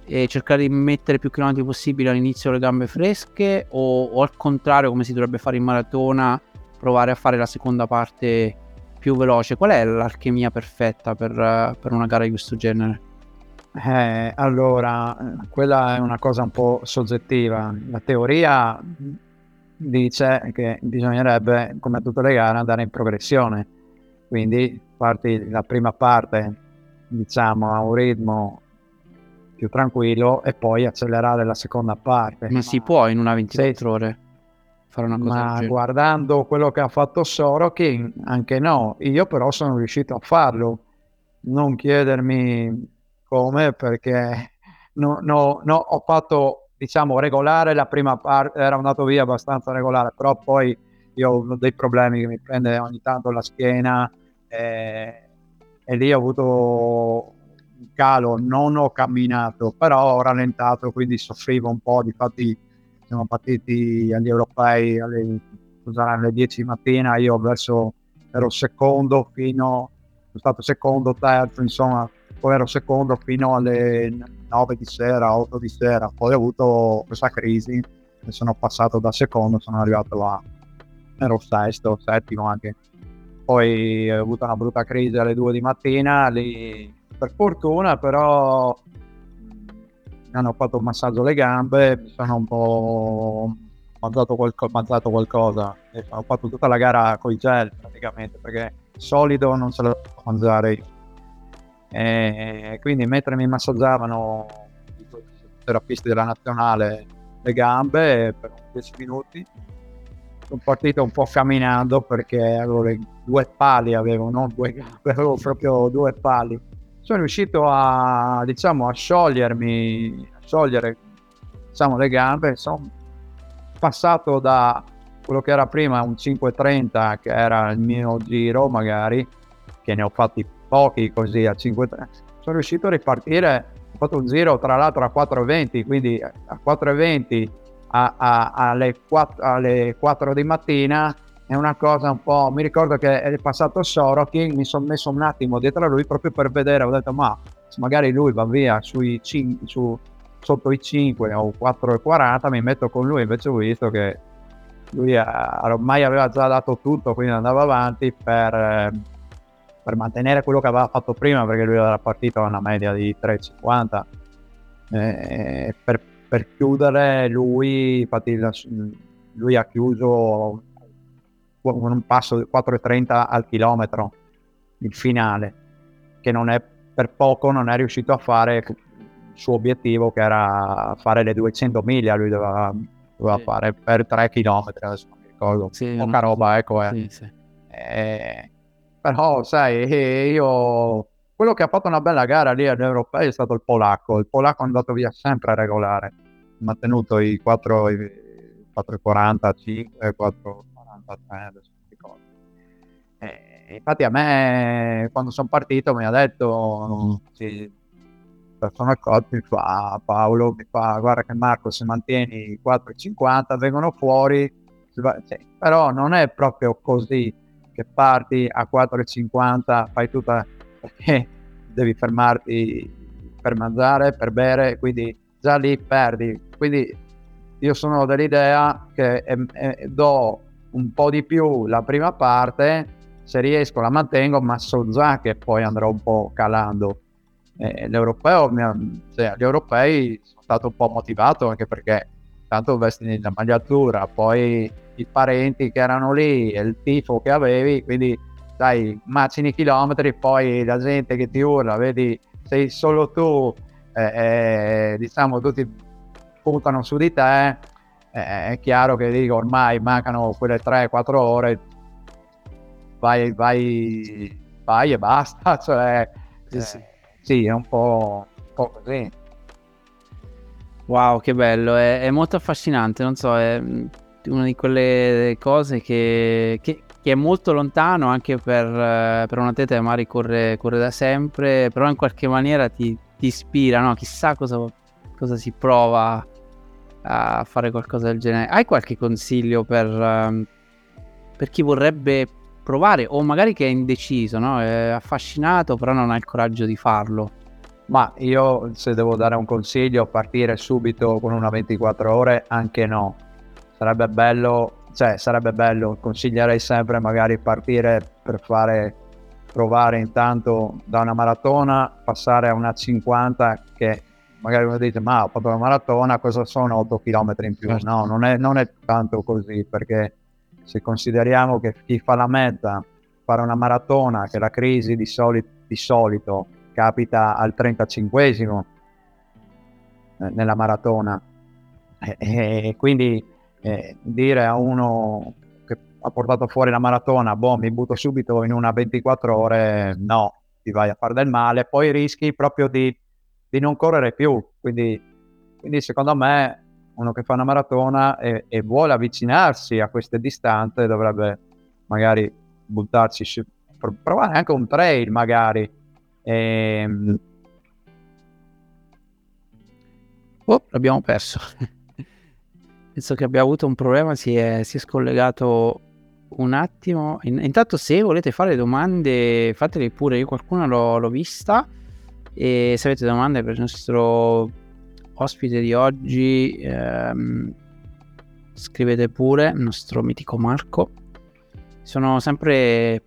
e cercare di mettere più chilometri possibile all'inizio le gambe fresche, o, o al contrario, come si dovrebbe fare in maratona, provare a fare la seconda parte più veloce? Qual è l'alchimia perfetta per, per una gara di questo genere? Eh, allora, quella è una cosa un po' soggettiva. La teoria dice che bisognerebbe, come tutte le gare, andare in progressione. Quindi parti la prima parte, diciamo, a un ritmo più tranquillo e poi accelerare la seconda parte. Ma si può in una ventiquattro Sì, ore fare una cosa del ma genere? guardando quello che ha fatto Sorokin, anche no. Io però sono riuscito a farlo. Non chiedermi come, perché no, no, no, ho fatto, diciamo, regolare la prima parte, era andato via abbastanza regolare, però poi io ho dei problemi che mi prende ogni tanto la schiena, eh, e lì ho avuto un calo, non ho camminato, però ho rallentato, quindi soffrivo un po'. Difatti siamo partiti agli europei alle, alle dieci di mattina, io verso ero secondo fino sono stato secondo, terzo, insomma, poi ero secondo fino alle nove di sera, otto di sera, poi ho avuto questa crisi e sono passato da secondo, sono arrivato a, ero sesto, settimo anche. Poi ho avuto una brutta crisi alle due di mattina, lì per fortuna però mi hanno fatto un massaggio alle gambe, mi sono un po' mangiato, qualco, mangiato qualcosa e ho fatto tutta la gara con i gel praticamente, perché solido non se lo posso mangiare io. E quindi mentre mi massaggiavano i terapisti della nazionale le gambe per dieci minuti, sono partito un po' camminando perché avevo le due pali, avevo non due gambe, avevo proprio due pali. Sono riuscito a, diciamo, a sciogliermi, a sciogliere, diciamo, le gambe. Sono passato da quello che era prima un cinque trenta, che era il mio giro, magari, che ne ho fatti pochi così a cinque trenta, sono riuscito a ripartire. Ho fatto un giro tra l'altro a quattro venti, quindi a quattro venti a, a, alle, quattro, alle quattro di mattina. È una cosa un po', mi ricordo che è passato Sorokin, mi sono messo un attimo dietro a lui proprio per vedere, ho detto ma magari lui va via sui cinque, su, sotto i cinque o quattro e quaranta, mi metto con lui. Invece ho visto che lui ormai aveva già dato tutto, quindi andava avanti per, per mantenere quello che aveva fatto prima, perché lui era partito a una media di tre e cinquanta, eh, per, per chiudere lui, infatti lui ha chiuso con un passo di quattro e trenta al chilometro, il finale, che non è per poco, non è riuscito a fare il suo obiettivo, che era fare le duecento miglia. Lui doveva, doveva sì. fare per tre chilometri, adesso non mi ricordo, sì, poca roba, sì. ecco. Eh. Sì, sì. Eh, però sai, io quello che ha fatto una bella gara lì agli europei è stato il polacco. Il polacco è andato via sempre regolare, ha mantenuto i quattro e quarantacinque, quattro adesso non ricordo. Eh, infatti a me quando sono partito mi ha detto, sì, personal coach mi fa, Paolo mi fa, guarda che Marco, se mantieni i quattro e cinquanta vengono fuori, sì, però non è proprio così che parti a quattro e cinquanta, fai tutta, perché devi fermarti per mangiare, per bere, quindi già lì perdi. Quindi io sono dell'idea che eh, eh, do un po' di più la prima parte, se riesco la mantengo, ma so già che poi andrò un po' calando. Eh, l'europeo, cioè, gli europei sono stato un po' motivato, anche perché tanto vesti la maglia azzurra, poi i parenti che erano lì e il tifo che avevi, quindi dai, macini chilometri, poi la gente che ti urla, vedi, sei solo tu, eh, eh, diciamo tutti puntano su di te, eh, è chiaro che dico ormai mancano quelle tre quattro ore, vai vai vai e basta, cioè sì, eh, sì. sì è un po', un po' così. Wow, che bello, è, è molto affascinante, non so, è una di quelle cose che, che, che è molto lontano anche per, per un atleta che magari corre, corre da sempre, però in qualche maniera ti, ti ispira, no? Chissà cosa, cosa si prova a fare qualcosa del genere. Hai qualche consiglio per, um, per chi vorrebbe provare, o magari che è indeciso, no? È affascinato però non ha il coraggio di farlo? Ma io, se devo dare un consiglio, partire subito con una ventiquattro ore, anche no. Sarebbe bello, cioè sarebbe bello, consiglierei sempre magari partire per fare, provare intanto da una maratona, passare a una cinquanta, che magari uno dice, ma ho fatto una maratona, cosa sono otto chilometri in più? Certo. No, non è, non è tanto così, perché se consideriamo che chi fa la mezza, fare una maratona, che la crisi di, soli- di solito capita al trentacinquesimo eh, nella maratona, e, e quindi eh, dire a uno che ha portato fuori la maratona, boh, mi butto subito in una ventiquattro ore, no, ti vai a fare del male, poi rischi proprio di, di non correre più. Quindi, quindi secondo me uno che fa una maratona e, e vuole avvicinarsi a queste distanze dovrebbe magari buttarsi su, provare anche un trail magari. Ehm, Oh, l'abbiamo perso. Penso che abbia avuto un problema, si è, si è scollegato un attimo. In- intanto, se volete fare domande, fatele pure. Io qualcuna l'ho, l'ho vista. E se avete domande per il nostro ospite di oggi, ehm, scrivete pure, il nostro mitico Marco. Sono sempre...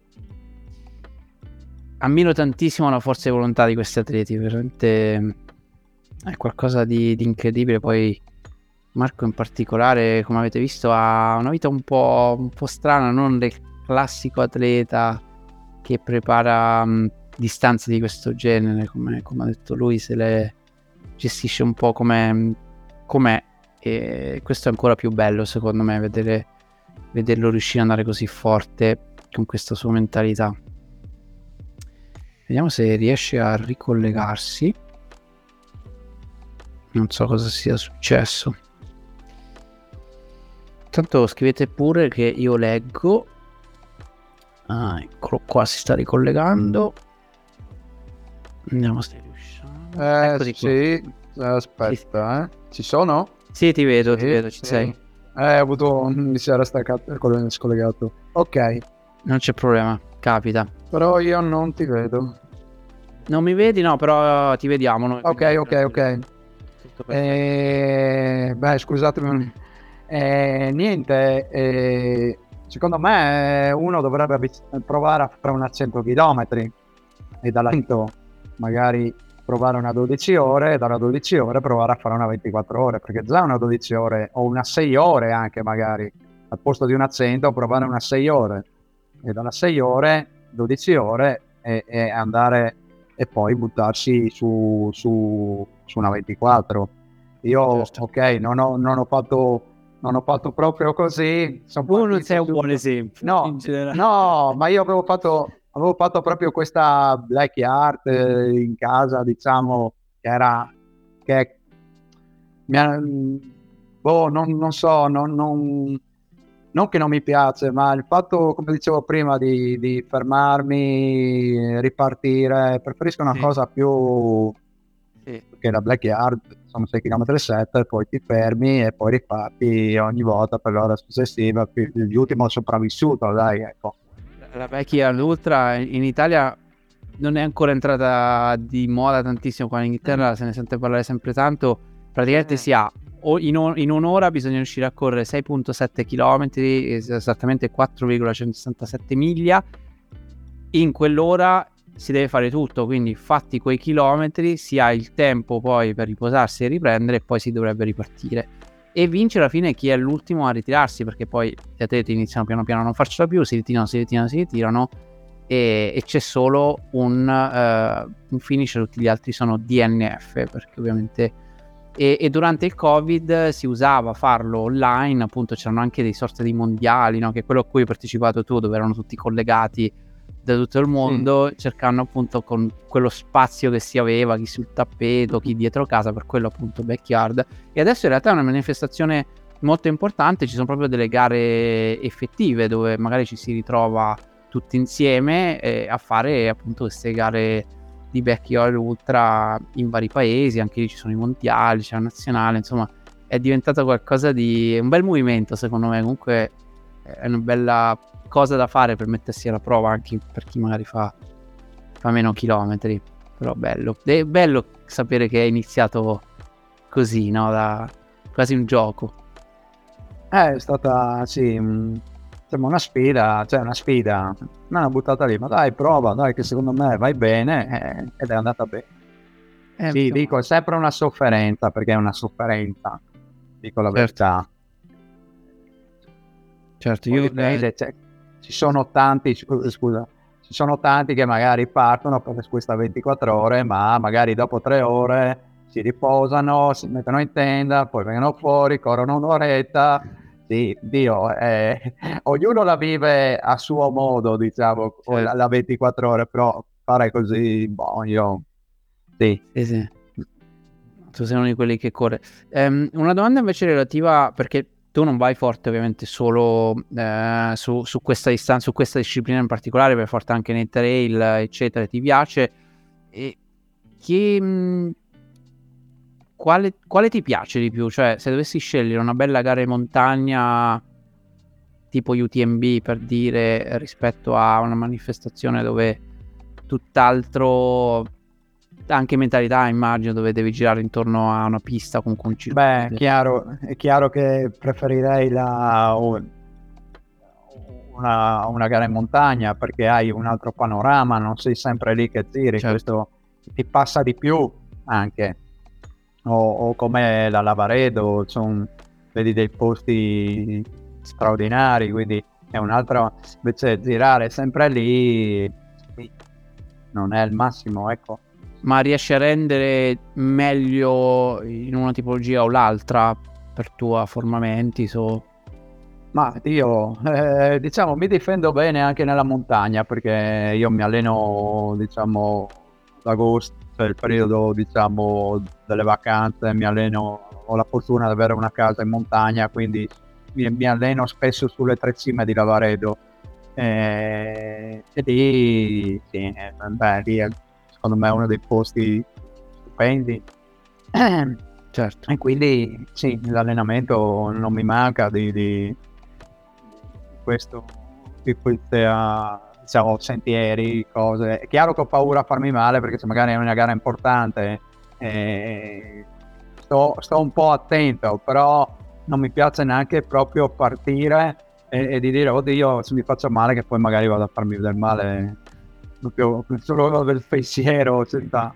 Ammiro tantissimo la forza di volontà di questi atleti, veramente è qualcosa di, di incredibile. Poi Marco in particolare, come avete visto, ha una vita un po', un po' strana, non del classico atleta che prepara mh, distanze di questo genere, come, come ha detto lui, se le gestisce un po' come com'è, e questo è ancora più bello secondo me, vedere, vederlo riuscire ad andare così forte con questa sua mentalità. Vediamo se riesce a ricollegarsi. Non so cosa sia successo. Tanto scrivete pure che io leggo. Ah, eccolo qua, si sta ricollegando. Andiamo se riusciamo. eh, Eccoti qua. sì, aspetta, eh. Ci sono? Sì, ti vedo, Sì, ti vedo, ci sì. sei. Eh, ho avuto, mi si era staccato, scollegato. Ok, Non c'è problema, capita. però io non ti vedo. Non mi vedi? No, però ti vediamo noi. Ok, quindi ok, ok. tutto perfetto. Eh, beh, scusatemi. Eh, niente, eh, secondo me uno dovrebbe avvic- provare a fare una cento chilometri e dalla cento magari provare una dodici ore, e da una dodici ore provare a fare una ventiquattro ore, perché già una dodici ore o una sei ore anche magari, al posto di una cento provare una sei ore, e dalla sei ore, dodici ore e, e andare e poi buttarsi su, su, su una ventiquattro. Io, Certo. ok, non ho, non ho fatto non ho fatto proprio così. Sono Tu non partito sei un subito. buon esempio, No, in generale. no, ma io avevo fatto, avevo fatto proprio questa black art eh, in casa, diciamo, che era, che mi ha- boh, non, non so, non, non, non che non mi piace, ma il fatto, come dicevo prima, di, di fermarmi, ripartire, preferisco una Sì. cosa più Sì. che la black yard sono sei chilometri e sette, poi ti fermi e poi riparti ogni volta per l'ora successiva. L'ultimo sopravvissuto, dai, ecco. La backyard ultra in Italia non è ancora entrata di moda tantissimo. Qua in Inghilterra se ne sente parlare sempre tanto. Praticamente si ha o in, o- in un'ora bisogna riuscire a correre sei virgola sette chilometri, esattamente quattro virgola centosessantasette miglia. In quell'ora si deve fare tutto, quindi fatti quei chilometri si ha il tempo poi per riposarsi e riprendere, e poi si dovrebbe ripartire. E vince alla fine chi è l'ultimo a ritirarsi, perché poi gli atleti iniziano piano piano a non farcela più, si ritirano, si ritirano, si ritirano e, e c'è solo un, uh, un finish, tutti gli altri sono D N F, perché ovviamente e, e durante il Covid si usava farlo online, appunto c'erano anche dei sorte di mondiali, no? Che è quello a cui hai partecipato tu, dove erano tutti collegati da tutto il mondo, sì, cercando appunto con quello spazio che si aveva, chi sul tappeto, chi dietro casa, per quello appunto backyard. E adesso in realtà è una manifestazione molto importante, ci sono proprio delle gare effettive dove magari ci si ritrova tutti insieme eh, a fare appunto queste gare di backyard ultra in vari paesi, anche lì ci sono i mondiali, c'è la nazionale, insomma è diventato qualcosa di un bel movimento, secondo me. Comunque è una bella cosa da fare per mettersi alla prova anche per chi magari fa, fa meno chilometri. però bello. È bello sapere che è iniziato così, no? Da quasi un gioco. Eh, È stata, sì, un- insomma, una sfida, cioè una sfida, mi hanno buttata lì, ma dai, prova, dai, che secondo me vai bene, eh, ed è andata bene. Eh, Sì, insomma, dico, è sempre una sofferenza, perché è una sofferenza, dico la certo, verità. certo, Poi io... eh, dipende, cioè, ci sono tanti, scu- scusa, ci sono tanti che magari partono per questa ventiquattro ore, ma magari dopo tre ore si riposano, si mettono in tenda, poi vengono fuori, corrono un'oretta. Sì, Dio, eh, ognuno la vive a suo modo, diciamo, o la, certo, la ventiquattro ore, però fare così, boh, io, sì. sì, sì. Tu sei uno di quelli che corre. Ehm, una domanda invece relativa, perché tu non vai forte ovviamente solo eh, su, su questa distanza, su questa disciplina in particolare, vai forte anche nei trail, eccetera, ti piace. E che, mh, quale, quale ti piace di più? Cioè, se dovessi scegliere una bella gara in montagna tipo U T M B, per dire, rispetto a una manifestazione dove tutt'altro, anche mentalità, immagino, dove devi girare intorno a una pista con un Beh, è circuito. chiaro, è chiaro che preferirei la, una, una gara in montagna, perché hai un altro panorama, non sei sempre lì che tiri, Certo, questo ti passa di più anche. O, o come la Lavaredo, son, vedi dei posti straordinari, quindi è un altro, invece girare sempre lì sì, non è il massimo, ecco. ma riesci a rendere meglio in una tipologia o l'altra per tua forma mentis o... Ma io, eh, diciamo, mi difendo bene anche nella montagna, perché io mi alleno, diciamo, ad agosto, cioè il periodo, diciamo, delle vacanze, mi alleno, ho la fortuna di avere una casa in montagna, quindi mi, mi alleno spesso sulle tre cime di Lavaredo. Eh, e lì, sì, eh, beh, lì è, secondo me, uno dei posti stupendi. Certo. E quindi sì, l'allenamento non mi manca di, di questo, di queste, uh, diciamo, sentieri, cose. È chiaro che ho paura a farmi male, perché se magari è una gara importante, eh, sto, sto un po' attento, però non mi piace neanche proprio partire e, e di dire, oddio, se mi faccio male, che poi magari vado a farmi del male, proprio solo del pensiero, senza...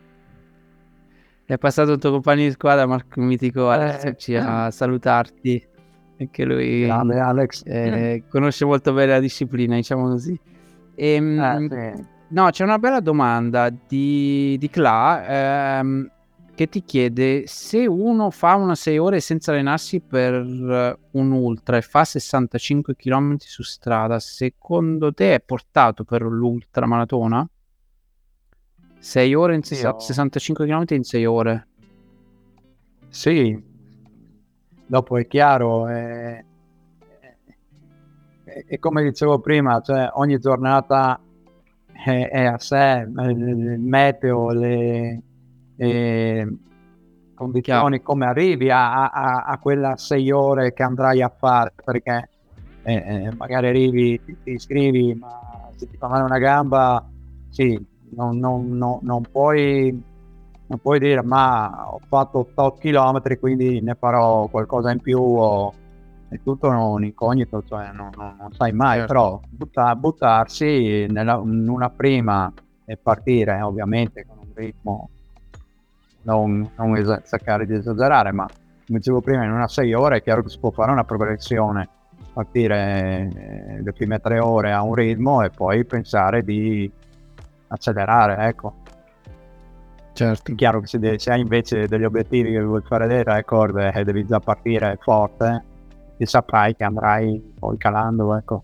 È passato il tuo compagno di squadra, Marco Mitico, Eh, Alessio, a salutarti, anche lui grande Alex. eh, conosce molto bene la disciplina, diciamo così. Eh, Ehm, sì. no, c'è una bella domanda di, di Cla, ehm, che ti chiede: se uno fa una sei ore senza allenarsi per eh, un ultra e fa sessantacinque chilometri su strada, secondo te è portato per l'ultramaratona? sei ore in sessa- Io, sessantacinque chilometri in sei ore. sì, dopo è chiaro, è, è- è come dicevo prima, cioè ogni giornata è, è a sé, eh, il meteo, le, eh, Chiaro, condizioni, come arrivi a, a- a quella sei ore che andrai a fare, perché eh, eh, magari arrivi, ti, ti iscrivi, ma se ti fa male una gamba, sì, non, non- non- non puoi, non puoi dire, ma ho fatto otto chilometri, quindi ne farò qualcosa in più, o, è tutto un incognito, cioè non, non- non sai mai, certo, però butta- buttarsi nella- in una prima e partire, ovviamente con un ritmo, non, non esa- cercare di esagerare, ma come dicevo prima, in una sei ore è chiaro che si può fare una progressione, partire eh, le prime tre ore a un ritmo e poi pensare di accelerare, ecco. certo. È chiaro che se, de- se hai invece degli obiettivi che vuoi fare dei record e eh, devi già partire forte, ti saprai che andrai poi calando, ecco.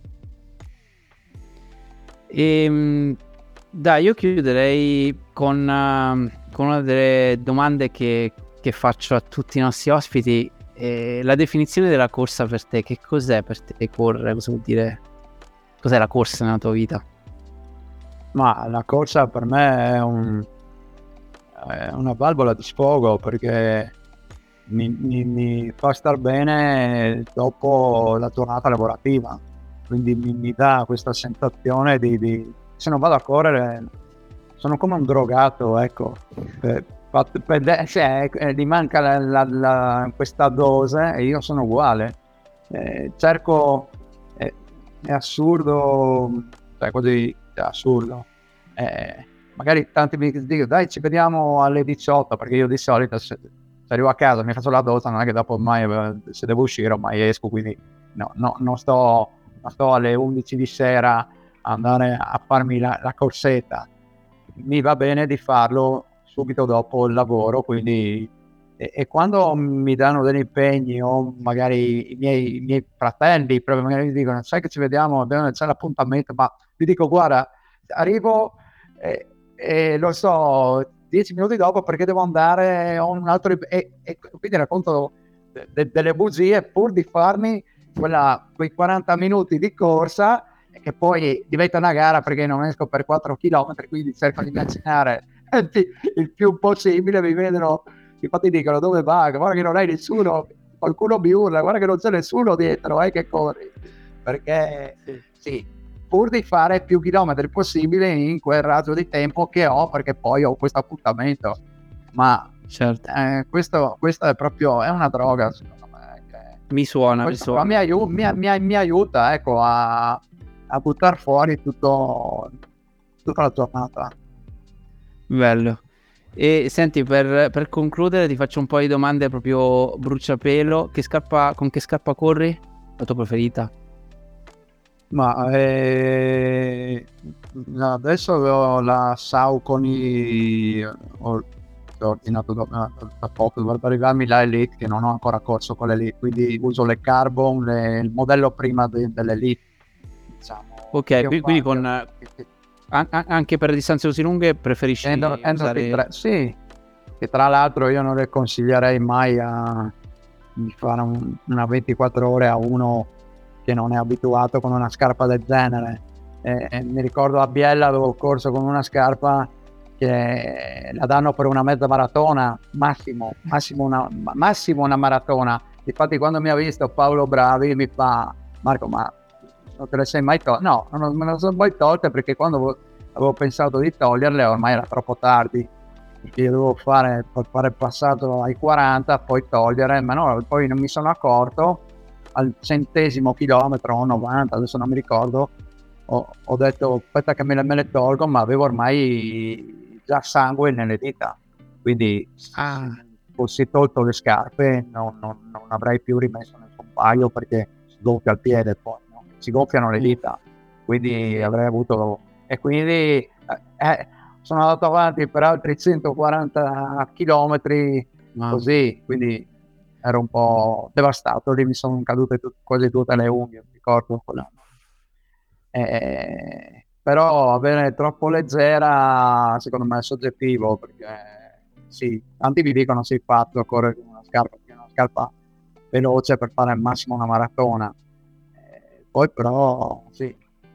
Ehm, dai, io chiuderei con, ehm, con una delle domande che, che faccio a tutti i nostri ospiti. Eh, la definizione della corsa per te, che cos'è per te correre? Cosa vuol dire? Cos'è la corsa nella tua vita? Ma la corsa per me è, un, è una valvola di sfogo, perché mi, mi, mi fa star bene dopo la giornata lavorativa, quindi mi, mi dà questa sensazione di, di se non vado a correre sono come un drogato, ecco. Per, fatto- per- cioè, eh, gli manca la- la- la- questa dose e io sono uguale. Eh, cerco, eh, è assurdo, cioè così, è assurdo. Eh, magari tanti mi dicono, dai, ci vediamo alle diciotto, perché io di solito se, se arrivo a casa mi faccio la doccia, non è che dopo ormai eh, se devo uscire ormai esco, quindi no, no, non sto, non sto alle undici di sera a andare a farmi la, la corsetta. Mi va bene di farlo subito dopo il lavoro, quindi e, e quando mi danno degli impegni o magari i miei, i miei fratelli proprio magari mi dicono sai che ci vediamo, abbiamo- c'è l'appuntamento, ma vi dico guarda arrivo e, e lo so dieci minuti dopo perché devo andare ho un altro e, e quindi racconto de, de, delle bugie pur di farmi quella, quei quaranta minuti di corsa che poi diventa una gara perché non esco per quattro chilometri, quindi cerco di immaginare il più possibile, mi vedono, infatti dicono dove va, guarda che non hai nessuno, qualcuno mi urla, guarda che non c'è nessuno dietro, eh, che corri, perché sì, sì, pur di fare più chilometri possibile in quel raggio di tempo che ho, perché poi ho questo appuntamento, ma certo. eh, questo, questo è proprio, è una droga secondo me. Che mi suona, mi questo suona. Mi, aiuta, mi, mi, mi aiuta ecco, a, a buttare fuori tutto, tutta la giornata. Bello. E senti, per, per concludere ti faccio un po' di domande proprio bruciapelo. Che scarpa, con che scarpa corri? La tua preferita? Ma eh, adesso ho la Saucony, ho, ho ordinato da, da poco, dovrebbe arrivarmi la Elite che non ho ancora corso con l'Elite, quindi uso le Carbon, le, il modello prima de, dell'Elite. Diciamo, Ok, qui, quindi con an- anche per distanze così lunghe preferisci Endo, Endo usare... tre, sì, che tra l'altro io non le consiglierei mai a, di fare un, una ventiquattro ore a uno che non è abituato con una scarpa del genere. Eh, eh, mi ricordo a Biella avevo corso con una scarpa che la danno per una mezza maratona, massimo, massimo una, massimo una maratona. Infatti quando mi ha visto Paolo Bravi mi fa Marco ma non te le sei mai tolte? No, non me le sono mai tolte perché quando avevo pensato di toglierle ormai era troppo tardi, perché io dovevo fare, fare il passato ai quaranta, poi togliere, ma no, poi non mi sono accorto, al centesimo chilometro o novanta, adesso non mi ricordo, ho, ho detto aspetta che me le, me le tolgo, ma avevo ormai già sangue nelle dita, quindi Ah. se fossi tolto le scarpe non, non, non avrei più rimesso nessun paio perché si gonfia il piede poi, no? Si gonfiano le dita, quindi avrei avuto... E quindi eh, eh, sono andato avanti per altri centoquaranta chilometri Ah. così, quindi ero un po' devastato, lì mi sono cadute tut- quasi tutte le unghie, mi ricordo quell'anno. Eh, però avere troppo leggera secondo me è soggettivo perché sì, tanti mi dicono sei fatto a correre con una scarpa, una scarpa veloce per fare al massimo una maratona, eh, poi però sì,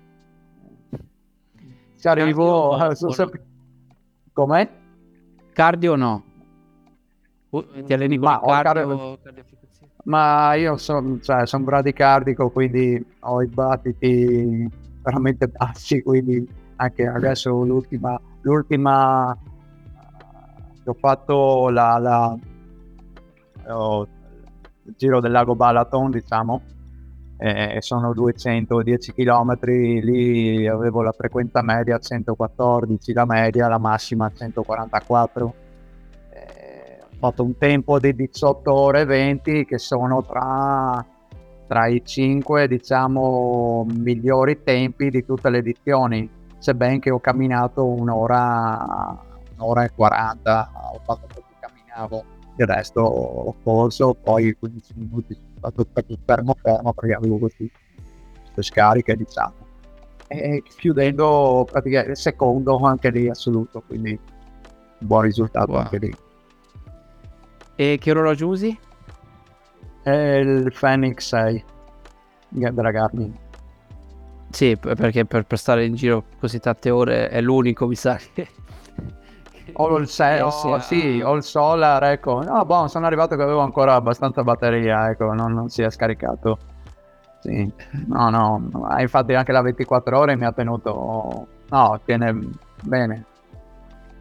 ci arrivo, Cardio, eh, so o sempre... no? Com'è? Cardio o no? Uh, ti alleni con Ma, il ho il cardio? cardio- ma io sono cioè, son bradicardico, quindi ho i battiti veramente bassi, quindi anche adesso l'ultima, l'ultima che ho fatto la, la oh, il giro del lago Balaton, diciamo, eh, sono duecentodieci chilometri, lì avevo la frequenza media a centoquattordici, la media, la massima a centoquarantaquattro. Eh, ho fatto un tempo di diciotto ore e venti che sono tra, tra i cinque diciamo migliori tempi di tutte le edizioni, sebbene che ho camminato un'ora, un'ora e quaranta, ho fatto proprio camminavo, il resto ho corso, poi quindici minuti sono stato proprio fermo fermo perché avevo questi, queste scariche diciamo, e chiudendo praticamente il secondo anche lì assoluto, quindi un buon risultato. Wow. Anche lì. E che orologio usi? È il Fenix sei della Garmin. Sì, perché per, per stare in giro così tante ore è l'unico, mi sa che... Ho il, se- ho, sì, ho il Solar, ecco. No, boh, sono arrivato che avevo ancora abbastanza batteria, ecco, non, non si è scaricato. Sì, no, no, no, infatti anche la ventiquattro ore mi ha tenuto, no, tiene bene.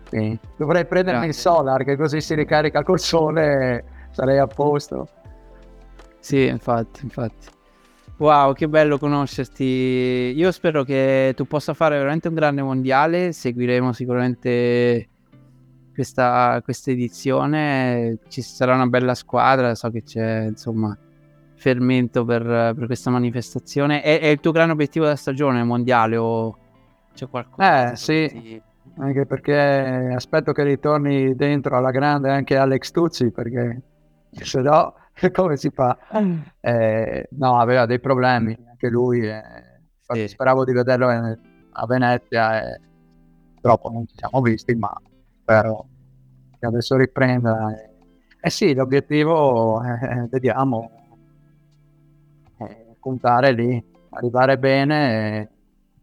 Sì. Dovrei prendermi il Grande. solar, che così si ricarica col sole, sarei a posto. Sì, infatti, infatti. Wow, che bello conoscerti. Io spero che tu possa fare veramente un grande mondiale. Seguiremo sicuramente questa, questa edizione. Ci sarà una bella squadra. So che c'è, insomma, fermento per, per questa manifestazione. È, è il tuo grande obiettivo della stagione mondiale o c'è qualcosa? Eh sì, anche perché aspetto che ritorni dentro alla grande anche Alex Tuzzi, perché se no come si fa? Eh, no, aveva dei problemi anche lui, eh, infatti Sì. speravo di vederlo eh, a Venezia e purtroppo non ci siamo visti, ma spero che adesso riprenda. Eh, eh sì, l'obiettivo, eh, vediamo, eh, puntare lì, arrivare bene e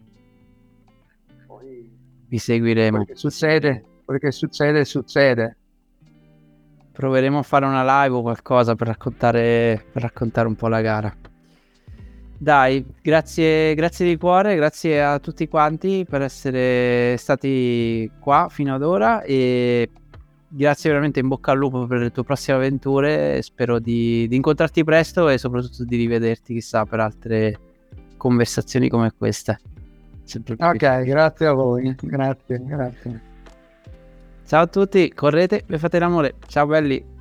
poi Vi seguiremo. quello che succede, quello che succede, succede. Proveremo a fare una live o qualcosa per raccontare, per raccontare un po' la gara. Dai, grazie, grazie di cuore, grazie a tutti quanti per essere stati qua fino ad ora e grazie veramente, in bocca al lupo per le tue prossime avventure. Spero di, di incontrarti presto e soprattutto di rivederti, chissà, per altre conversazioni come queste. Sempre più Ok, piacere. grazie a voi, grazie, grazie. Ciao a tutti, correte e fate l'amore. Ciao belli.